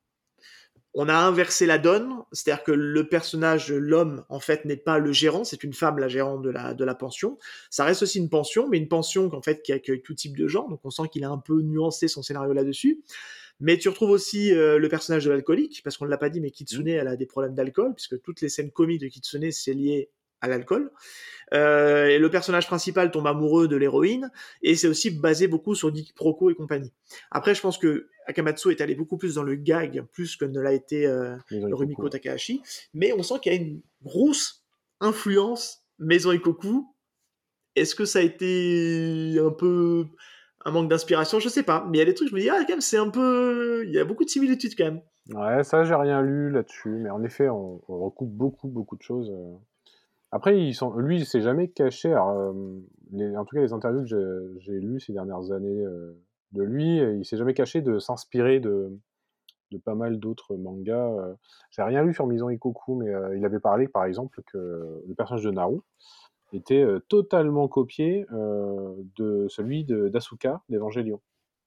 On a inversé la donne, c'est-à-dire que le personnage, l'homme, en fait, n'est pas le gérant, c'est une femme la gérante de la, de la pension. Ça reste aussi une pension, mais une pension qu'en fait, qui accueille tout type de gens, donc on sent qu'il a un peu nuancé son scénario là-dessus. Mais tu retrouves aussi euh, le personnage de l'alcoolique, parce qu'on ne l'a pas dit, mais Mmh. Kitsune, elle a des problèmes d'alcool, puisque toutes les scènes comiques de Kitsune, c'est lié à l'alcool. Euh, et le personnage principal tombe amoureux de l'héroïne, et c'est aussi basé beaucoup sur Dick Proco et compagnie. Après, je pense que Akamatsu est allé beaucoup plus dans le gag, plus que ne l'a été euh, Maison Ikoku, Rumiko ouais. Takahashi, mais on sent qu'il y a une grosse influence Maison Ikoku. Est-ce que ça a été un peu un manque d'inspiration? Je sais pas, mais il y a des trucs, je me dis, ah, quand même, c'est un peu. Il y a beaucoup de similitudes quand même. Ouais, ça, j'ai rien lu là-dessus, mais en effet, on, on recoupe beaucoup, beaucoup de choses. euh. Après, ils sont, lui, il s'est jamais caché. Alors, euh, les- en tout cas, les interviews que j'ai j'ai lues ces dernières années euh, de lui, euh, il s'est jamais caché de s'inspirer de, de pas mal d'autres mangas. euh. J'ai rien lu sur Maison Ikoku, mais euh, il avait parlé, par exemple, que le personnage de Naru était euh, totalement copié euh, de celui de- d'Asuka d'Evangelion.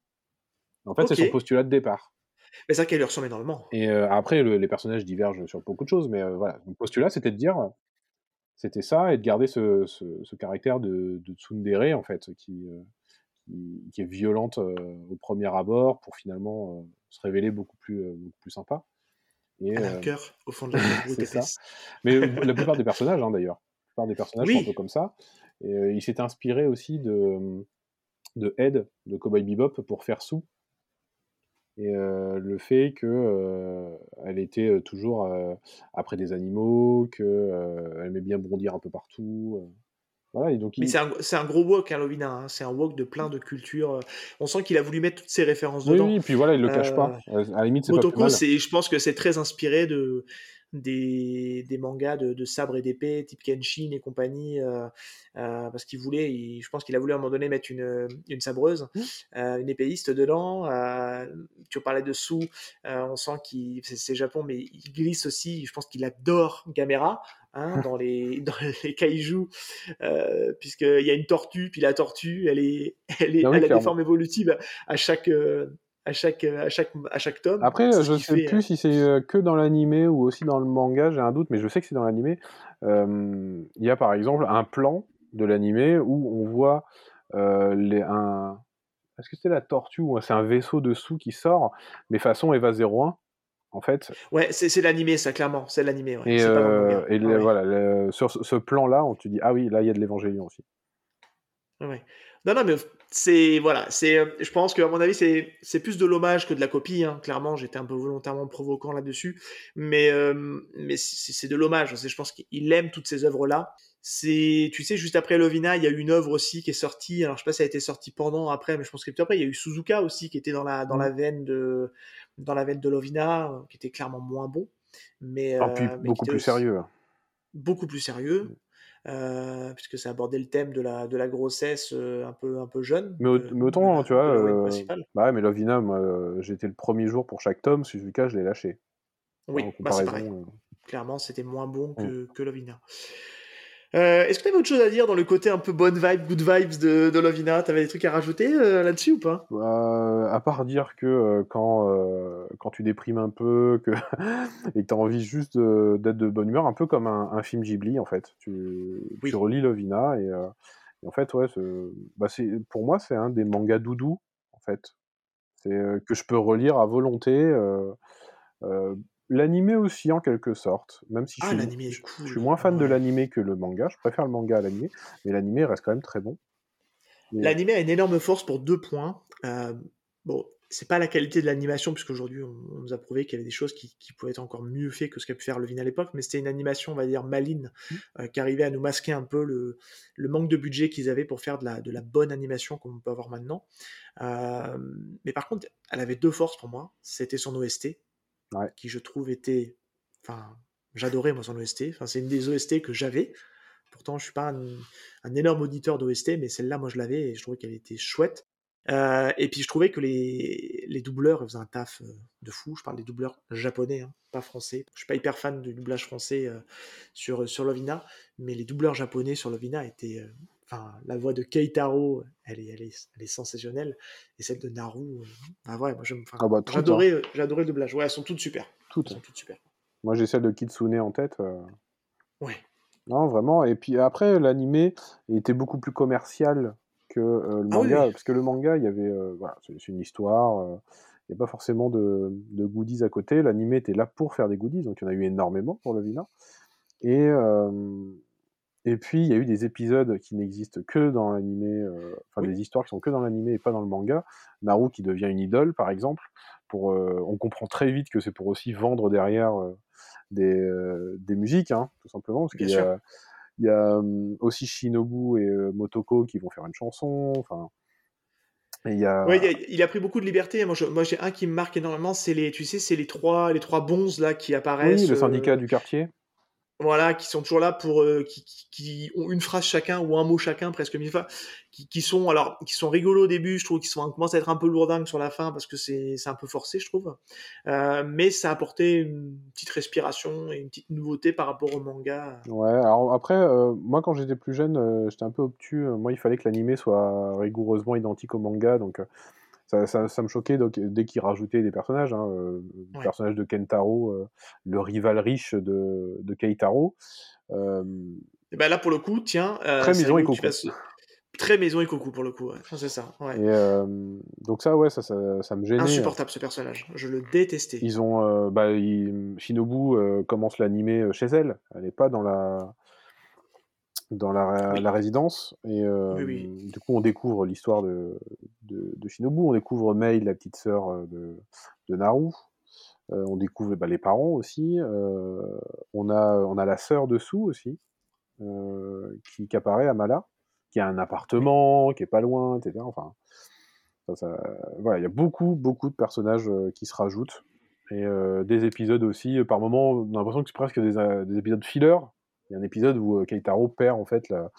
En fait, c'est Ok, son mais postulat de départ. c'est vrai qu'elle lui ressemble énormément. Et euh, après, le- les personnages divergent sur beaucoup de choses, mais euh, voilà. Le postulat, c'était de dire, c'était ça, et de garder ce, ce, ce caractère de, de tsundere, en fait, qui, euh, qui, qui est violente euh, au premier abord, pour finalement euh, se révéler beaucoup plus, euh, beaucoup plus sympa. Et Elle a un euh, cœur au fond de la cave c'est ça. brutesse. Mais euh, la plupart des personnages, hein, d'ailleurs, la plupart des personnages sont un peu Oui, comme ça. Et euh, il s'est inspiré aussi de, de Ed, de Cowboy Bebop, pour faire Sue. Et euh, le fait que euh, elle était euh, toujours euh, après des animaux, que euh, elle aimait bien bondir un peu partout. euh. Voilà, et donc mais il... c'est un, c'est un gros wok, hein, Lovina. Hein. C'est un wok de plein de cultures. On sent qu'il a voulu mettre toutes ses références Oui, dedans. oui, puis voilà, il le cache Euh, pas. Euh, À la limite, c'est pas plus Motoko, mal. c'est, je pense que c'est très inspiré de des, des mangas de, de sabre et d'épée, type Kenshin et compagnie, euh, euh, parce qu'il voulait, il- je pense qu'il a voulu à un moment donné mettre une, une sabreuse, Mm. euh, une épéiste dedans. Euh, tu parlais de Sou, euh, on sent qu'il, c'est, c'est Japon, mais il glisse aussi. Je pense qu'il adore Gamera. Hein, dans les dans les kaijus, euh, puisqu'il y a une tortue, puis la tortue, elle est, elle est, Ah oui, elle a des clairement. formes évolutives à chaque, euh, à chaque, à chaque, à chaque tome. Après, C'est euh, ce je qui sais fait. euh, plus si c'est euh, que dans l'animé ou aussi dans le manga, j'ai un doute, mais je sais que c'est dans l'animé. Euh, Il y a par exemple un plan de l'animé où on voit euh, les, un... Est-ce que c'est la tortue ou c'est un vaisseau dessous qui sort, mais façon Eva zéro un, en fait. Ouais, c'est, c'est l'animé, ça, clairement. C'est l'animé, ouais. Et, C'est pas dans le euh, manga. et Ah le- ouais. voilà, le- sur ce, ce plan-là, on te dit, ah oui, là, il y a de l'évangélion aussi. Ouais, ouais. Non, non, mais c'est voilà, c'est, heu, je pense qu'à mon avis, c'est c'est plus de l'hommage que de la copie, hein. Clairement, j'étais un peu volontairement provocant là-dessus, mais hem, mais c'est c'est de l'hommage. C'est je pense qu'il aime toutes ces œuvres-là. C'est tu sais, juste après Lovina, il y a eu une œuvre aussi qui est sortie, alors je sais pas si elle a été sortie pendant, après, mais je pense que plutôt après, il y a eu Suzuka aussi qui était dans la dans Mmh. la veine de dans la veine de Lovina, heu, qui était clairement moins bon, mais Ah puis heu, mais qui beaucoup était plus aussi sérieux. beaucoup plus sérieux, Mmh. heu, puisque ça abordait le thème de la de la grossesse, heu, un peu un peu jeune Mais aut de mais de autant, la tu de vois, l'héroïne heu, principale. bah, ouais, mais Lovina, moi, heu, j'étais le premier jour pour chaque tome, Suzuka, je l'ai lâché. Tu vois, en Oui, bah, c'est pareil. comparaison, heu Clairement, c'était moins bon mmh. que que Lovina. Heu, est-ce que tu avais autre chose à dire dans le côté un peu bonne vibe, good vibes de de Lovina? Tu avais des trucs à rajouter, heu, là-dessus ou pas? Bah, à part dire que, heu, quand, heu, quand tu déprimes un peu, que et que tu as envie juste de d'être de bonne humeur, un peu comme un un film Ghibli, en fait. Tu tu Oui. relis Lovina et heu et en fait, ouais, ce bah, c'est pour moi, c'est un des mangas doudou, en fait. C'est, heu, que je peux relire à volonté, heu heu, l'animé aussi, en quelque sorte, même si je Ah, suis m l'animé est je je suis cool, moins fan de ouais. l'animé que le manga. Je préfère le manga à l'animé, mais l'animé reste quand même très bon et L'animé a une énorme force pour deux points. Hem, bon, c'est pas la qualité de l'animation puisqu'aujourd'hui on on nous a prouvé qu'il y avait des choses qui qui pouvaient être encore mieux fait que ce qu'a pu faire Levine à l'époque, mais c'était une animation, on va dire maligne, mmh, heu, qui arrivait à nous masquer un peu le le manque de budget qu'ils avaient pour faire de la de la bonne animation comme on peut avoir maintenant. Hem, mais par contre, elle avait deux forces pour moi. C'était son O S T, ouais. qui je trouve était enfin, j'adorais moi son O S T. Enfin, c'est une des O S T que j'avais. Pourtant, je suis pas un, un énorme auditeur d'O S T, mais celle-là, moi, je l'avais et je trouvais qu'elle était chouette. Euh, et puis, je trouvais que les, les doubleurs faisaient un taf euh, de fou. Je parle des doubleurs japonais, hein, pas français. Je suis pas hyper fan du doublage français euh, sur, sur Lovina, mais les doubleurs japonais sur Lovina étaient. euh, Enfin, la voix de Keitaro, elle est, elle est, elle est sensationnelle. Et celle de Naru, euh, ah ouais, moi, j'aime- enfin, Ah bah, toutes, hein, j'adorais, euh, j'adorais le doublage. Ouais, elles sont toutes super. Elles toutes. sont toutes super. Moi, j'ai celle de Kitsune en tête, heu, Ouais, non, vraiment et puis après, l'animé était beaucoup plus commercial que, heu, le ah oui, manga. oui, Parce que le manga, il y avait, heu, voilà, c'est c'est une histoire, heu, il y a pas forcément de de goodies à côté. L'animé était là pour faire des goodies, donc il y en a eu énormément pour le Vina et hem et puis il y a eu des épisodes qui n'existent que dans l'animé, heu, enfin oui, des histoires qui sont que dans l'animé et pas dans le manga. Naru qui devient une idole, par exemple, pour, heu, on comprend très vite que c'est pour aussi vendre derrière, heu, des, heu, des musiques, hein, tout simplement, parce bien qu'il y sûr. a il y a, hem, aussi Shinobu et heu, Motoko qui vont faire une chanson, enfin et il y Ouais, il a a il a pris beaucoup de liberté. Moi, je moi, j'ai un qui me marque énormément, c'est les tu sais, c'est les trois les trois bonzes là qui oui, apparaissent, le syndicat heu, du quartier. voilà, qui sont toujours là pour, heu, qui qui qui ont une phrase chacun ou un mot chacun presque mille fois, qui qui sont alors qui sont rigolos au début, je trouve qu'ils sont commencent à être un peu lourdingues sur la fin parce que c'est c'est un peu forcé, je trouve. Heu, mais ça a apporté une petite respiration et une petite nouveauté par rapport au manga. Ouais, alors après, heu, moi quand j'étais plus jeune, heu, j'étais un peu obtus, heu, moi il fallait que l'animé soit rigoureusement identique au manga, donc heu, ça ça ça me choquait donc dès qu'ils rajoutaient des personnages, hein, heu, le Ouais. personnage de Kentaro, heu, le rival riche de de Keitaro, hem, Et bah, là, pour le coup, tiens, heu, très c'est Maison et rigolo que tu Coco. fasses très Maison et Coco pour le coup, ouais. Enfin, c'est ça, ouais. Et hem, donc ça, ouais, ça ça ça me gênait. Insupportable ce personnage, je le détestais. Ils ont, heu, bah, ils Shinobu, heu, commence l'animé, heu, chez elle. Elle est pas dans la dans la Oui, la résidence et oui, oui, hem, du coup, on découvre l'histoire de de de Shinobu. On découvre Mei, la petite sœur, heu, de de Naru. Heu, on découvre, bah, les parents aussi. Heu, on a on a la sœur de Su aussi, heu, qui qui apparaît, Amala, qui a un oui. appartement, qui est pas loin, et cetera. Enfin, ça ça voilà, il y a beaucoup, beaucoup de personnages, heu, qui se rajoutent et heu, des épisodes aussi, heu, par moments, on a l'impression que c'est presque des a des épisodes filler. Il y a un épisode où, heu, Keitaro perd en fait la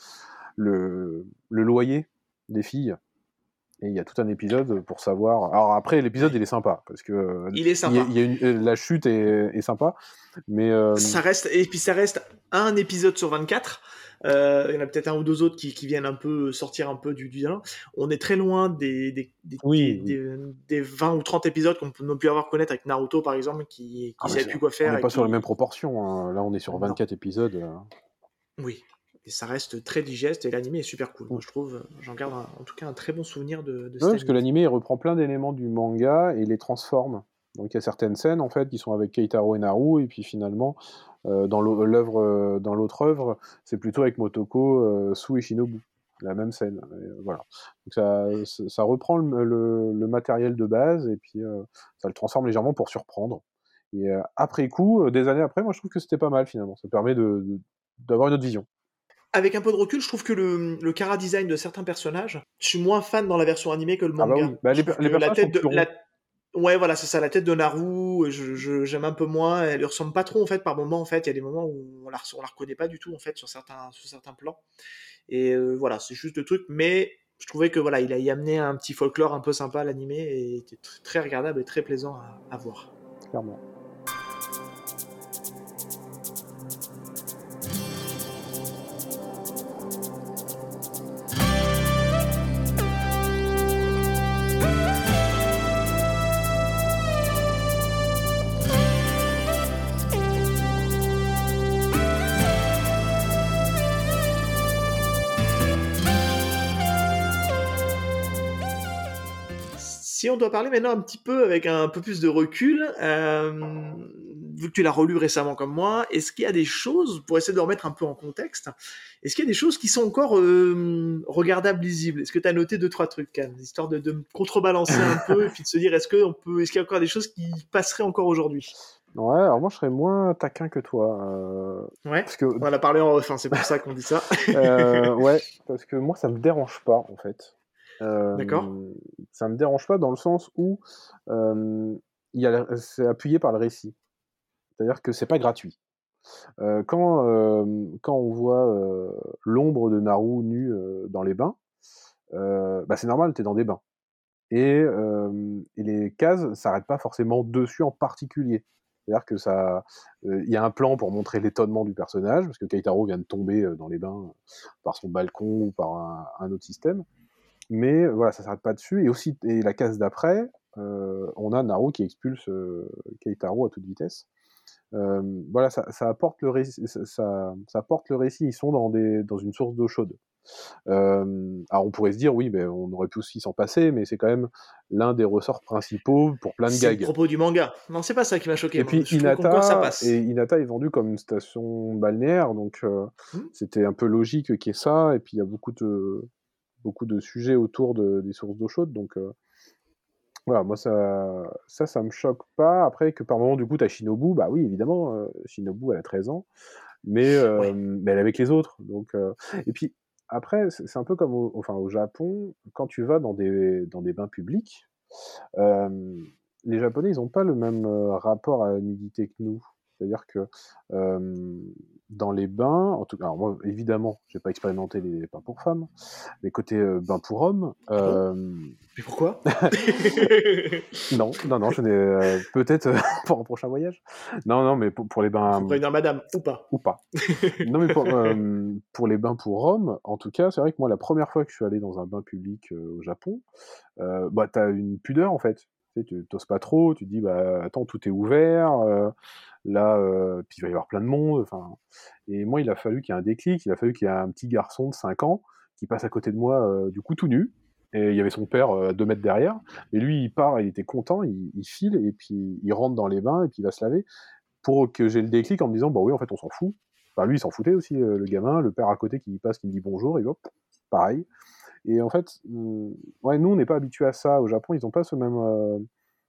le le loyer des filles et il y a tout un épisode, pour savoir alors après l'épisode Ouais. il est sympa parce que, heu, Il est il y a il sympa. y a une heu, la chute est est sympa, mais hem Ça reste et puis ça reste un épisode sur vingt-quatre. Heu, il y en a peut-être un ou deux autres qui qui viennent un peu sortir un peu du du On est très loin des des des des oui, oui. des des vingt ou trente épisodes qu'on peut ne plus avoir connaître avec Naruto, par exemple, qui Ah qui mais savait c'est plus quoi on faire n'est et pas sur les mêmes qui proportions, hein. Là on est sur non. vingt-quatre épisodes, heu, Oui, et ça reste très digeste et l'anime est super cool. Moi, mmh. je trouve, j'en garde un en tout cas un très bon souvenir de de Ouais, cet parce que animé. l'animé, il reprend plein d'éléments du manga et les transforme. Donc il y a certaines scènes, en fait, qui sont avec Keitaro et Naru et puis finalement, heu, dans l'au l'œuvre, heu, dans l'autre œuvre, c'est plutôt avec Motoko, heu, Su et Shinobu. la même scène, et heu, voilà. Donc ça ça ça reprend le le le matériel de base et puis, heu, ça le transforme légèrement pour surprendre et heu, après coup, heu, des années après, moi je trouve que c'était pas mal finalement. Ça permet de de d'avoir une autre vision. Avec un peu de recul, je trouve que le, mmh, le chara-design de certains personnages, je suis moins fan dans la version animée que le Ah bah oui, manga. bah Je les per trouve que les la personnages sont tête de plus ronds. la ouais, voilà, c'est ça, la tête de Naru, je je j'aime un peu moins, elle lui ressemble pas trop, en fait, par moments, en fait. Il y a des moments où on la res on la reconnaît pas du tout, en fait, sur certains sur certains plans et heu, voilà, c'est juste le truc, mais je trouvais que, voilà, il a y amené un petit folklore un peu sympa à l'animé et était tr très regardable et très plaisant à à voir. Clairement. Si on doit parler maintenant un petit peu avec un peu plus de recul, hem, vu que tu l'as relu récemment comme moi, est-ce qu'il y a des choses, pour essayer de remettre un peu en contexte, est-ce qu'il y a des choses qui sont encore, hem, regardables, lisibles? Est-ce que tu as noté deux trois trucs quand même, histoire de de contrebalancer un peu et puis de se dire: «Est-ce qu'on peut est-ce qu'il y a encore des choses qui passeraient encore aujourd'hui?» Ouais, alors moi je serais moins taquin que toi, heu, Ouais, parce que on en a parlé en off, hein, c'est pour ça qu'on dit ça. heu, ouais, parce que moi ça me dérange pas en fait. D'accord, Hem, Ça me dérange pas dans le sens où, hem, il y a la c'est appuyé par le récit. C'est-à-dire que c'est pas gratuit. Heu, quand, hem, quand on voit, heu, l'ombre de Naru nue, heu, dans les bains, heu, bah, c'est normal, tu es dans des bains et hem et les cases s'arrêtent pas forcément dessus en particulier. C'est-à-dire que ça, heu, il y a un plan pour montrer l'étonnement du personnage, parce que Keitaro vient de tomber, heu, dans les bains, heu, par son balcon ou par un un autre système. Mais voilà, ça s'arrête pas dessus et aussi et la case d'après, heu, on a Naru qui expulse, heu, Keitaro à toute vitesse. Hem, voilà, ça ça apporte le réci ça ça ça apporte le récit. Ils sont dans des dans une source d'eau chaude. Hem, alors on pourrait se dire: «Oui, beh, on aurait pu aussi s'en passer», mais c'est quand même l'un des ressorts principaux pour plein de c'est le gags. propos du manga. Non, c'est pas ça qui m'a choqué Et moi, puis je trouve qu'encore ça Hinata et passe. Hinata est vendu comme une station balnéaire, donc heu, Mmh? c'était un peu logique qu'il y ait ça et puis il y a beaucoup de beaucoup de sujets autour de des sources d'eau chaude, donc heu, voilà, moi ça ça, ça me choque pas. Après que par moment, du coup, tu as Shinobu, bah oui, évidemment, heu, Shinobu, elle a treize ans, mais Ouais. hem, mais elle est avec les autres, donc heu et puis après, c'est c'est un peu comme au enfin au Japon, quand tu vas dans des dans des bains publics, hem, les Japonais, ils ont pas le même, heu, rapport à la nudité que nous. C'est-à-dire que, hem, dans les bains, en tout cas alors moi, évidemment, j'ai pas expérimenté les bains pour femmes, mais côté, heu, bains pour hommes, Ah bon? hem Mais pourquoi? non, non, non, je n'ai, heu, peut-être, heu, pour un prochain voyage. Non, non, mais pour pour les bains, Faut mmh, prévenir madame, ou pas. ou pas. Non, mais pour, hem, pour les bains pour hommes, en tout cas, c'est vrai que moi, la première fois que je suis allé dans un bain public, heu, au Japon, heu, bah, tu as une pudeur, en fait. Tu sais, tu tu pas trop, tu te dis: «Bah, attends, tout est ouvert, heu, là, heu, puis il va y avoir plein de monde», enfin et moi, il a fallu qu'il y ait un déclic, il a fallu qu'il y ait un petit garçon de cinq ans qui passe à côté de moi, heu, du coup, tout nu et il y avait son père, heu, à deux mètres derrière et lui, il part, il était content, il il file et puis il rentre dans les bains et puis il va se laver pour que j'ai le déclic en me disant: «Bah oui, en fait, on s'en fout». Enfin, lui, il s'en foutait aussi, heu, le gamin, le père à côté qui passe, qui me dit bonjour et hop, pareil et en fait, mmh, ouais, nous, on n'est pas habitués à ça. Au Japon, ils ont pas ce même, heu,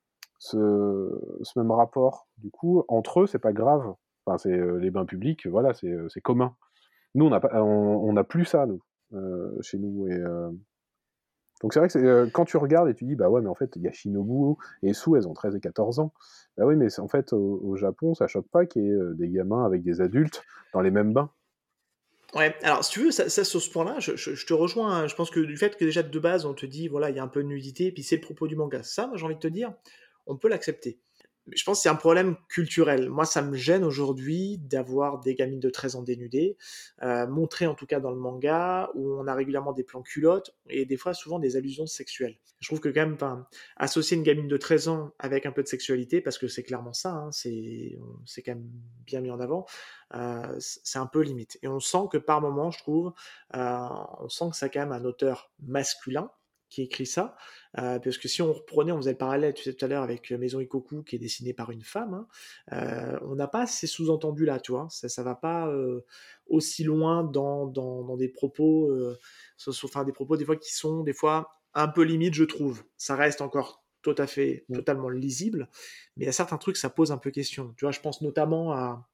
ce ce même rapport. Du coup, entre eux, c'est pas grave. Enfin, c'est, heu, les bains publics, voilà, c'est, heu, c'est commun. Nous, on n'a pas on on n'a plus ça, nous, heu, chez nous et heu, donc c'est vrai que c'est, heu, quand tu regardes et tu dis: «Bah ouais, mais en fait, il y a Shinobu et Sue, elles ont treize et quatorze ans». Bah oui, mais c'est en fait, au au Japon, ça choque pas qu'il y ait, heu, des gamins avec des adultes dans les mêmes bains. Ouais, alors si tu veux, ça ça sur ce point-là, je je je te rejoins, hein. Je pense que du fait que déjà de base, on te dit: «Voilà, il y a un peu de nudité» puis c'est le propos du manga. Ça, moi, j'ai envie de te dire, on peut l'accepter. Mais je pense que c'est un problème culturel. Moi, ça me gêne aujourd'hui d'avoir des gamines de treize ans dénudées, heu, montrées en tout cas dans le manga, où on a régulièrement des plans culottes et des fois, souvent des allusions sexuelles. Je trouve que quand même, enfin, associer une gamine de treize ans avec un peu de sexualité, parce que c'est clairement ça, hein, c'est c'est quand même bien mis en avant, heu, c c'est un peu limite et on sent que par moment, je trouve, heu, on sent que c'est quand même un auteur masculin qui écrit ça, heu, parce que si on reprenait, on faisait le parallèle, tu sais, tout à l'heure avec, heu, Maison Ikoku qui est dessiné par une femme, hein, heu, on n'a pas ces sous-entendus-là, tu vois? Ça ça va pas, heu, aussi loin dans dans dans des propos, heu, ce sont enfin des propos des fois qui sont des fois un peu limites, je trouve. Ça reste encore tout à fait Mmh. totalement lisible, mais il y a certains trucs, ça pose un peu question. Tu vois? Je pense notamment à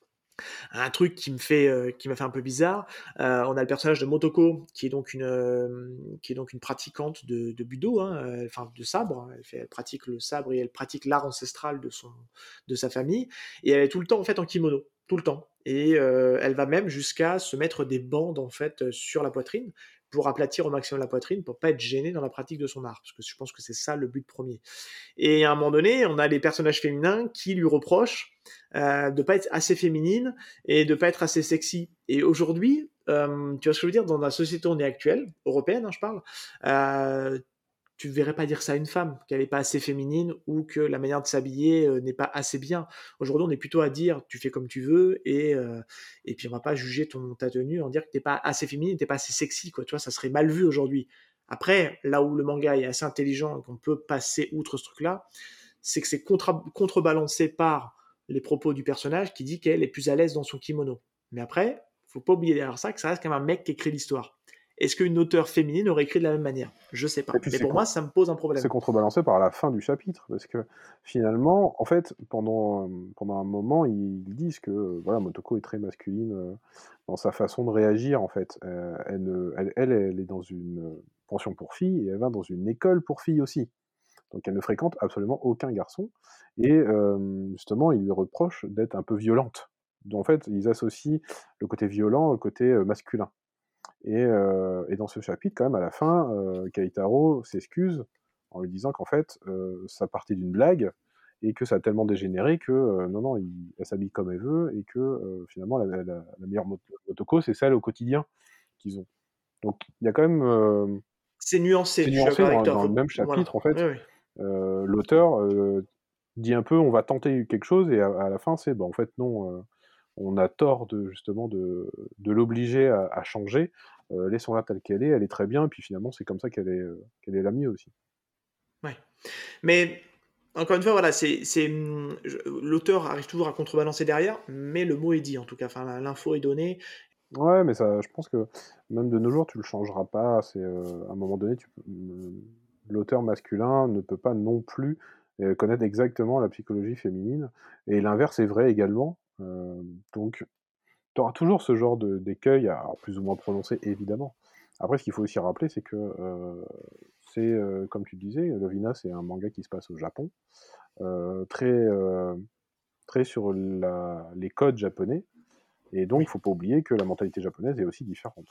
un truc qui me fait, heu, qui m'a fait un peu bizarre. Heu, on a le personnage de Motoko qui est donc une, hem, qui est donc une pratiquante de de budo, hein, heu, enfin de sabre, hein. Elle fait elle pratique le sabre et elle pratique l'art ancestral de son de sa famille et elle est tout le temps en fait en kimono, tout le temps et heu, elle va même jusqu'à se mettre des bandes en fait, heu, sur la poitrine pour aplatir au maximum la poitrine, pour pas être gênée dans la pratique de son art. Parce que je pense que c'est ça le but premier. Et à un moment donné, on a les personnages féminins qui lui reprochent euh, de pas être assez féminine et de pas être assez sexy. Et aujourd'hui, euh, tu vois ce que je veux dire, dans la société où on est actuelle, européenne, hein, je parle, euh, tu ne verrais pas dire ça à une femme, qu'elle n'est pas assez féminine ou que la manière de s'habiller euh, n'est pas assez bien. Aujourd'hui, on est plutôt à dire tu fais comme tu veux et, euh, et puis on va pas juger ton, ta tenue en dire que t'es pas assez féminine, t'es pas assez sexy, quoi. Tu vois, ça serait mal vu aujourd'hui. Après, là où le manga est assez intelligent et qu'on peut passer outre ce truc-là, c'est que c'est contra- contrebalancé par les propos du personnage qui dit qu'elle est plus à l'aise dans son kimono. Mais après, faut pas oublier derrière ça que ça reste quand même un mec qui écrit l'histoire. Est-ce qu'une auteure féminine aurait écrit de la même manière? Je sais Et pas. puis Mais c'est pour con moi, ça me pose un c'est problème. contrebalancé par la fin du chapitre, parce que finalement, en fait, pendant, hem, pendant un moment, ils disent que, heu, voilà, Motoko est très masculine, heu, dans sa façon de réagir, en fait. Heu, elle ne elle elle elle est dans une, heu, pension pour filles et elle va dans une école pour filles aussi. Donc elle ne fréquente absolument aucun garçon et hem, justement, ils lui reprochent d'être un peu violente. Donc en fait, ils associent le côté violent au côté, heu, masculin et heu et dans ce chapitre, quand même, à la fin, heu, Keitaro s'excuse en lui disant qu'en fait, heu, ça partait d'une blague et que ça a tellement dégénéré que, heu, non, non, il elle s'habille comme elle veut et que, heu, finalement la la la la meilleure moto Motoko, c'est celle au quotidien qu'ils ont. Donc il y a quand même, hem, C'est nuancé, c'est je suis nuancé d'accord avec dans toi. dans le Faut... même Voilà. chapitre, en fait, Oui, oui. heu, l'auteur, heu, dit un peu: «On va tenter quelque chose» et à à la fin, c'est: «Bah, en fait, non, heu, on a tort de justement de de l'obliger à à changer, heu, laissons-la telle qu'elle est, elle est très bien, et puis finalement, c'est comme ça qu'elle est, heu, qu'elle est la mieux aussi». Ouais. Mais encore une fois, voilà, c'est, c'est, hum, je- l'auteur arrive toujours à contrebalancer derrière, mais le mot est dit en tout cas. Enfin, l'info est donnée. Ouais, mais ça je pense que même de nos jours, tu le changeras pas, c'est, heu, à un moment donné, tu peux mmh, l'auteur masculin ne peut pas non plus, heu, connaître exactement la psychologie féminine et l'inverse est vrai également, hem, donc tu auras toujours ce genre de d'écueil, alors plus ou moins prononcé évidemment. Après, ce qu'il faut aussi rappeler, c'est que, heu, c'est, heu, comme tu disais, Lovina, c'est un manga qui se passe au Japon, heu, très, heu, très sur la les codes japonais et donc Oui. faut pas oublier que la mentalité japonaise est aussi différente.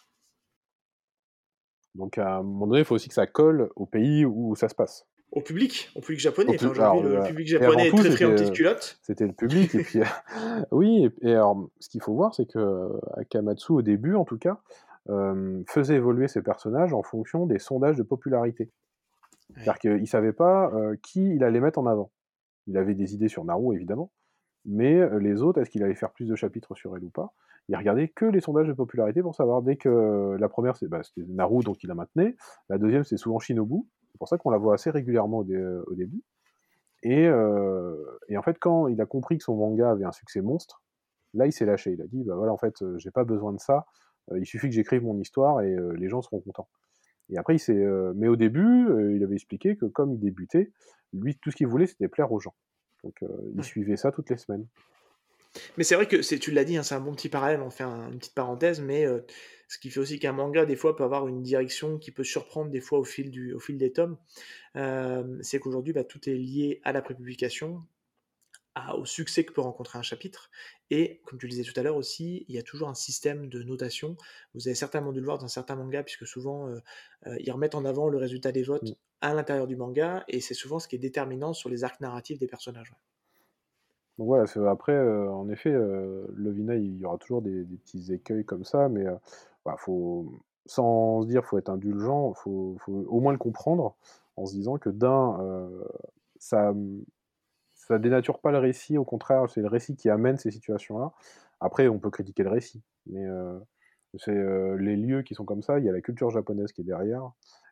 Donc à un moment donné, il faut aussi que ça colle au pays où ça se passe. Au public, au public Au japonais. Enfin, pu aujourd'hui, alors, le, le heu public et avant japonais est tout, très c'était, friand de heu, culottes. c'était le public et puis oui et et alors, ce qu'il faut voir, c'est que, heu, Akamatsu, au début en tout cas, hem, faisait évoluer ses personnages en fonction des sondages de popularité. Ouais. C'est-à-dire qu'il savait pas, heu, qui il allait mettre en avant. Il avait des idées sur Naru évidemment, mais heu, les autres, est-ce qu'il allait faire plus de chapitres sur elle ou pas? Il regardait que les sondages de popularité pour savoir. Dès que la première, c'est bah, c'était Naru, donc il la maintenait. La deuxième, c'est souvent Shinobu. C'est pour ça qu'on la voit assez régulièrement au dé heu, au début et heu et en fait, quand il a compris que son manga avait un succès monstre, là, il s'est lâché. Il a dit: «Bah, voilà, en fait, heu, j'ai pas besoin de ça, heu, il suffit que j'écrive mon histoire et heu, les gens seront contents». Et après, il s'est, heu mais au début, heu, il avait expliqué que comme il débutait, lui, tout ce qu'il voulait, c'était plaire aux gens. Donc heu, il Ouais. suivait ça toutes les semaines. Mais c'est vrai que c'est, tu l'as dit, hein, c'est un bon petit parallèle. On fait un- une petite parenthèse, mais euh, ce qui fait aussi qu'un manga, des fois, peut avoir une direction qui peut surprendre des fois au fil, du, au fil des tomes. Euh, c'est qu'aujourd'hui, bah, tout est lié à la prépublication, à- au succès que peut rencontrer un chapitre. Et comme tu le disais tout à l'heure aussi, il y a toujours un système de notation. Vous avez certainement dû le voir dans certains mangas, puisque souvent, euh, euh, ils remettent en avant le résultat des Mmh. votes à l'intérieur du manga, et c'est souvent ce qui est déterminant sur les arcs narratifs des personnages. Ouais. Donc voilà, c'est après, heu, en effet, heu, Lovina, il y aura toujours des des petits écueils comme ça, mais heu, bah, faut sans se dire: «Faut être indulgent», faut faut au moins le comprendre, en se disant que d'un, heu, ça, mmh, ça dénature pas le récit, au contraire, c'est le récit qui amène ces situations-là. Après, on peut critiquer le récit, mais heu, c'est, heu, les lieux qui sont comme ça, il y a la culture japonaise qui est derrière,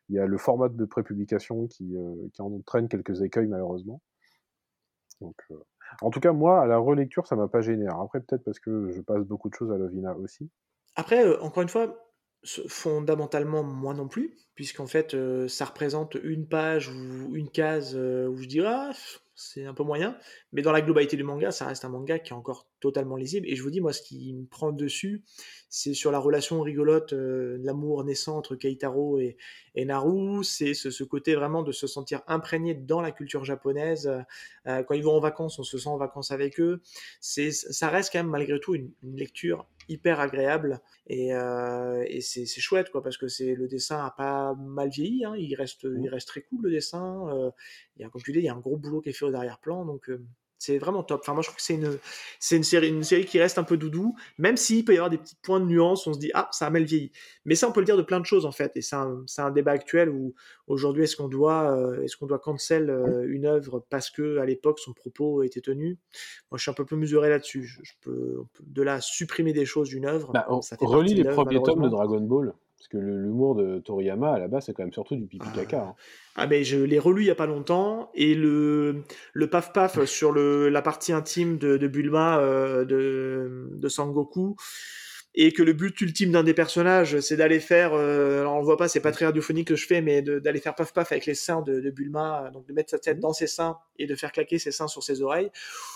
il y a le format de prépublication qui, heu, qui entraîne quelques écueils malheureusement. Donc, heu, en tout cas moi à la relecture ça m'a pas gêné. Alors après peut-être parce que je passe beaucoup de choses à Lovina aussi. Après, heu, encore une fois, ce fondamentalement moi non plus, puisqu'en fait, heu, ça représente une page ou une case, heu, où je dis: «Ah, c'est un peu moyen», mais dans la globalité du manga, ça reste un manga qui est encore totalement lisible et je vous dis, moi, ce qui me prend le dessus, c'est sur la relation rigolote, heu, l'amour naissant entre Keitaro et et Naru. C'est ce ce côté vraiment de se sentir imprégné dans la culture japonaise, heu heu, quand ils vont en vacances, on se sent en vacances avec eux. C'est ça reste quand même malgré tout une une lecture hyper agréable et, euh, et c'est, c'est chouette quoi parce que c'est le dessin a pas mal vieilli, hein, il reste Mmh. il reste très cool le dessin. Euh, il y a comme tu dis il y a un gros boulot qui est fait au derrière-plan donc euh, c'est vraiment top. Enfin moi je trouve que c'est une c'est une série une série qui reste un peu doudou même s'il peut y avoir des petits points de nuance, on se dit ah ça a mal vieilli. Mais ça on peut le dire de plein de choses en fait et c'est un, c'est un débat actuel où aujourd'hui est-ce qu'on doit euh, est-ce qu'on doit cancel euh, une œuvre parce que à l'époque son propos était tenu. Moi, je suis un peu plus mesuré là-dessus. Je, je peux, on peut- de là à supprimer des choses d'une œuvre, Bah, re ça fait relis partie de les l'œuvre, premiers tomes de malheureusement. Dragon Ball, parce que le l'humour de Toriyama à la base c'est quand même surtout du pipi caca, Ah, hein. ah, mais je l'ai relu il y a pas longtemps et le le paf paf sur le la partie intime de, de Bulma euh, de de Sangoku et que le but ultime d'un des personnages c'est d'aller faire euh, alors on le voit pas c'est pas Mmh. très radiophonique que je fais mais de- d'aller faire paf paf avec les seins de, de Bulma euh, donc de mettre sa tête Mmh. dans ses seins et de faire claquer ses seins sur ses oreilles.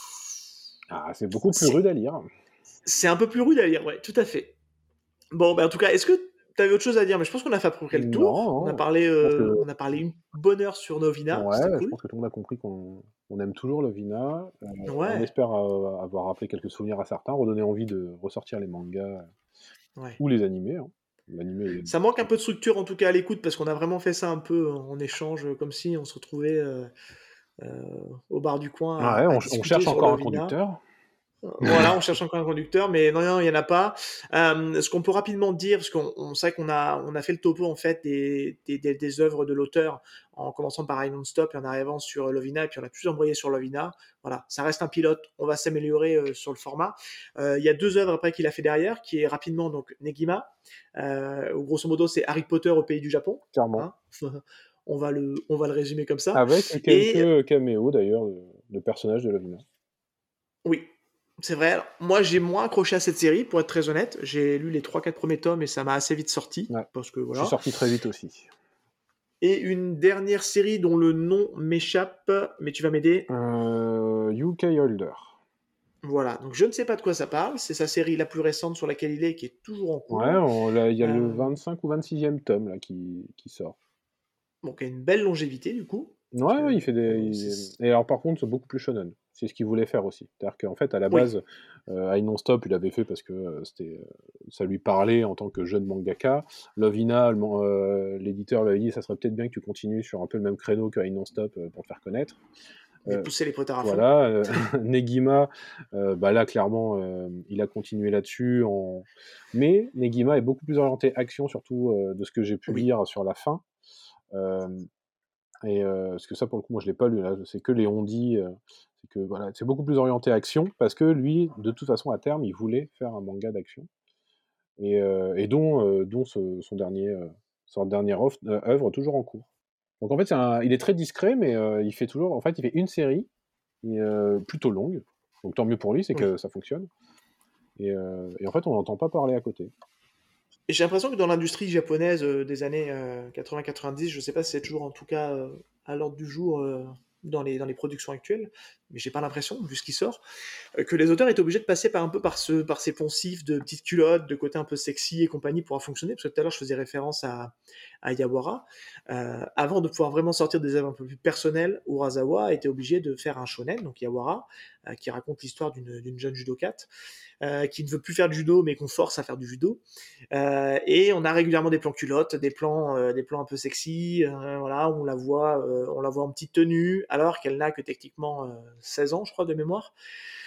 Ah, c'est beaucoup plus C'est rude à lire. c'est un peu plus rude à lire, ouais, tout à fait. Bon, bah, en tout cas, est-ce que tu avais autre chose à dire? Mais je pense qu'on a fait à peu près le Non, tour. On a non, parlé, je pense que heu, on a parlé une bonne heure sur Novina, ouais, c'était je cool. pense que tout le monde a compris qu'on on aime toujours Lovina. Heu, on Ouais, espère, heu, avoir rappelé quelques souvenirs à certains, redonné envie de ressortir les mangas ouais. ou les animés, hein. L'animé est Ça manque un peu de structure, en tout cas, à l'écoute, parce qu'on a vraiment fait ça un peu en échange, comme si on se retrouvait, heu heu, au bar du coin ouais, à à on ch on discuter cherche sur encore un Lovina. conducteur. Voilà, on cherche encore un conducteur, mais non, non, il y en a pas. Euh, ce qu'on peut rapidement dire, parce qu'on on sait qu'on a, on a fait le topo en fait des, des, des, des œuvres de l'auteur, en commençant par I Non-Stop et en arrivant sur Lovina, et puis on a plus embrayé sur Lovina. Voilà, ça reste un pilote, on va s'améliorer euh, sur le format. Euh, Il y a deux œuvres après qu'il a fait derrière, qui est rapidement donc Negima, euh, où grosso modo c'est Harry Potter au pays du Japon. Clairement. Hein. on va le, on va le résumer comme ça. Avec Et quelques caméos d'ailleurs de de personnages de Lovina. oui, c'est vrai. Alors, moi, j'ai moins accroché à cette série, pour être très honnête. J'ai lu les trois quatre premiers tomes et ça m'a assez vite sorti, Ouais, parce que je suis voilà. sorti très vite aussi. Et une dernière série dont le nom m'échappe, mais tu vas m'aider. Heu, U K Holder. Voilà, donc je ne sais pas de quoi ça parle. C'est sa série la plus récente sur laquelle il est, qui est toujours en Ouais, cours. on là, il y a le Euh, vingt-cinq ou vingt-sixième tome là qui qui sort. bon, qui a une belle longévité, du coup. Parce Ouais, ouais, il que fait des on- il c'est- et alors par contre, c'est beaucoup plus shonen. C'est ce qu'il voulait faire aussi. C'est-à-dire qu'en fait, à la oui, base, heu, Ai Non-Stop, il l'avait fait parce que, heu, c'était, heu, ça lui parlait en tant que jeune mangaka. Lovina, le man heu, l'éditeur lui avait dit: «Ça serait peut-être bien que tu continues sur un peu le même créneau que Ai Non-Stop, heu, pour te faire connaître». mais Heu, pousser les potards à fond. voilà, heu, Negima, heu, bah, là clairement, hem, il a continué là-dessus en mais Negima est beaucoup plus orienté action surtout, heu, de ce que j'ai pu Oui. lire sur la fin. Hem et heu, parce que ça, pour le coup, moi, je l'ai pas lu, là, c'est que les on-dit, heu, c'est que, voilà, c'est beaucoup plus orienté action parce que lui, de toute façon, à terme, il voulait faire un manga d'action et heu et dont, heu, dont ce son dernier, heu, son dernière offre heu, œuvre toujours en cours. Donc en fait, c'est un il est très discret, mais heu, il fait toujours en fait, il fait une série et heu, plutôt longue, donc tant mieux pour lui, c'est Oui. que ça fonctionne et heu et en fait, on n'entend pas parler à côté. Et j'ai l'impression que dans l'industrie japonaise euh, des années euh, quatre-vingts quatre-vingt-dix, je sais pas si c'est toujours en tout cas euh, à l'ordre du jour euh, dans les, dans les productions actuelles, mais j'ai pas l'impression, vu ce qui sort, euh, que les auteurs étaient obligés de passer par un peu par, ce, par ces poncifs de petites culottes, de côté un peu sexy et compagnie pour fonctionner, parce que tout à l'heure je faisais référence à, à Yawara. Euh, avant de pouvoir vraiment sortir des œuvres un peu plus personnelles, Urasawa était obligé de faire un shonen, donc Yawara, euh, qui raconte l'histoire d'une d'une jeune judokate, euh, qui ne veut plus faire du judo, mais qu'on force à faire du judo. Euh, et on a régulièrement des plans culottes, des plans, euh, des plans un peu sexy, euh, voilà, où on la voit, euh, on la voit en petite tenue, alors qu'elle n'a que techniquement euh, seize ans, je crois, de mémoire.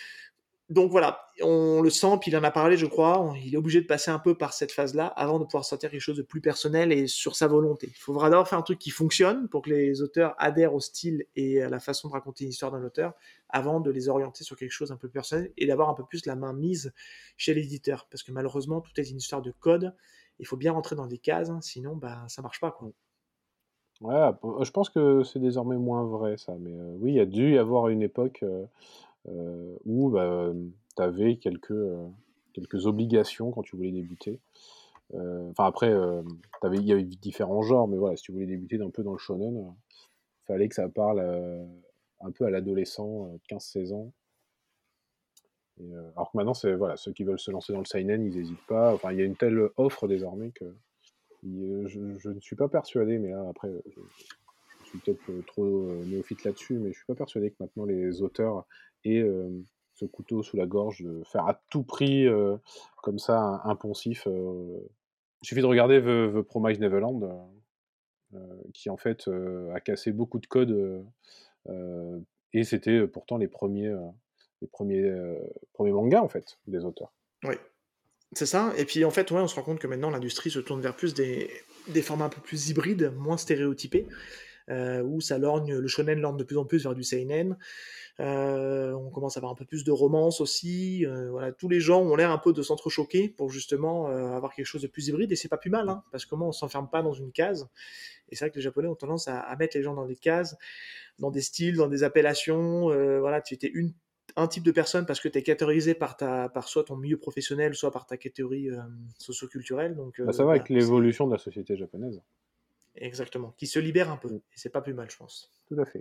Donc voilà, on le sent, puis il en a parlé, je crois, il est obligé de passer un peu par cette phase-là avant de pouvoir sortir quelque chose de plus personnel et sur sa volonté. Il faudra d'abord faire un truc qui fonctionne pour que les auteurs adhèrent au style et à la façon de raconter une histoire d'un auteur avant de les orienter sur quelque chose un peu personnel et d'avoir un peu plus la main mise chez l'éditeur. Parce que malheureusement, tout est une histoire de code, il faut bien rentrer dans des cases, hein, sinon bah, ça marche pas. Quoi. Ouais, p je pense que c'est désormais moins vrai ça, mais heu, oui, il y a dû y avoir une époque, heu heu, où, bah, hem, tu avais quelques, heu, quelques obligations quand tu voulais débuter. Heu, enfin après, hem, tu avais il y avait différents genres, mais voilà, si tu voulais débuter un peu dans le shonen, heu, fallait que ça parle, heu, un peu à l'adolescent, heu, quinze seize ans. Et heu, alors que maintenant, c'est voilà, ceux qui veulent se lancer dans le seinen, ils hésitent pas. Enfin, il y a une telle offre désormais que i heu, je je ne suis pas persuadé, mais là, après, heu, je je suis peut-être, heu, trop, heu, néophyte là-dessus, mais je suis pas persuadé que maintenant les auteurs aient, hem, ce couteau sous la gorge de faire à tout prix, heu, comme ça, un un poncif, heu. Il suffit de regarder The The Promised Neverland, heu heu, qui en fait, heu, a cassé beaucoup de codes, heu heu, et c'était, heu, pourtant les premiers, heu, les premiers, heu, premiers mangas en fait, des auteurs. Oui, c'est ça et puis en fait, ouais, on se rend compte que maintenant l'industrie se tourne vers plus des des formats un peu plus hybrides, moins stéréotypés, heu, où ça lorgne le shonen lorgne de plus en plus vers du seinen. Heu, on commence à avoir un peu plus de romance aussi, heu, voilà, tous les genres ont l'air un peu de s'entrechoquer pour justement, heu, avoir quelque chose de plus hybride et c'est pas plus mal, hein, parce que au moins on s'enferme pas dans une case et c'est vrai que les japonais ont tendance à à mettre les gens dans des cases, dans des styles, dans des appellations, heu, voilà, tu étais une un type de personne parce que tu es catégorisé par ta par soit ton milieu professionnel, soit par ta catégorie, hem, socio-culturelle donc Bah, ça heu, va avec voilà, c'est l'évolution de la société japonaise. exactement, qui se libère un peu Mmh, et c'est pas plus mal, je pense. tout à fait.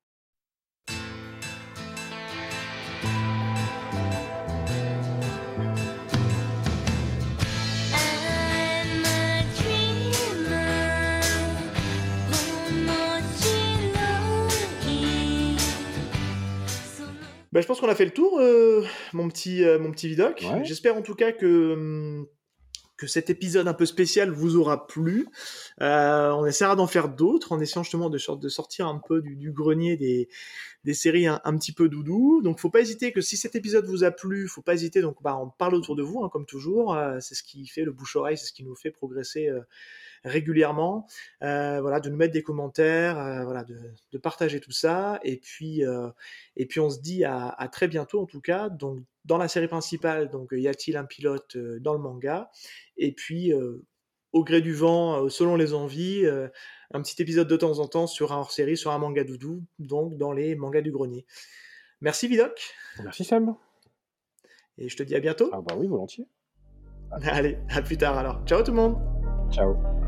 I'm a dreamer 面白いその Bah, je pense qu'on a fait le tour, heu, mon petit, heu, mon petit Vidocq. Ouais, J'espère en tout cas que, mmh, que cet épisode un peu spécial vous aura plu. Euh, on essaiera d'en faire d'autres en essayant justement de, de sortir un peu du, du grenier des, des séries un, un petit peu doudou. Donc faut pas hésiter que si cet épisode vous a plu, faut pas hésiter donc bah en parler autour de vous hein, comme toujours. Euh, c'est ce qui fait le bouche-oreille, c'est ce qui nous fait progresser euh, régulièrement. Euh, voilà, de nous mettre des commentaires, euh, voilà, de, de partager tout ça. Et puis euh, et puis on se dit à, à très bientôt en tout cas. Donc dans la série principale, donc y a-t-il un pilote euh, dans le manga? Et puis euh, au gré du vent, euh, selon les envies, euh, un petit épisode de temps en temps sur un hors-série, sur un manga doudou, donc dans les mangas du grenier. Merci Vidoc, merci Sam. et je te dis à Ah bientôt. bah oui, volontiers. Allez, à plus tard alors. Ciao tout le monde. Ciao.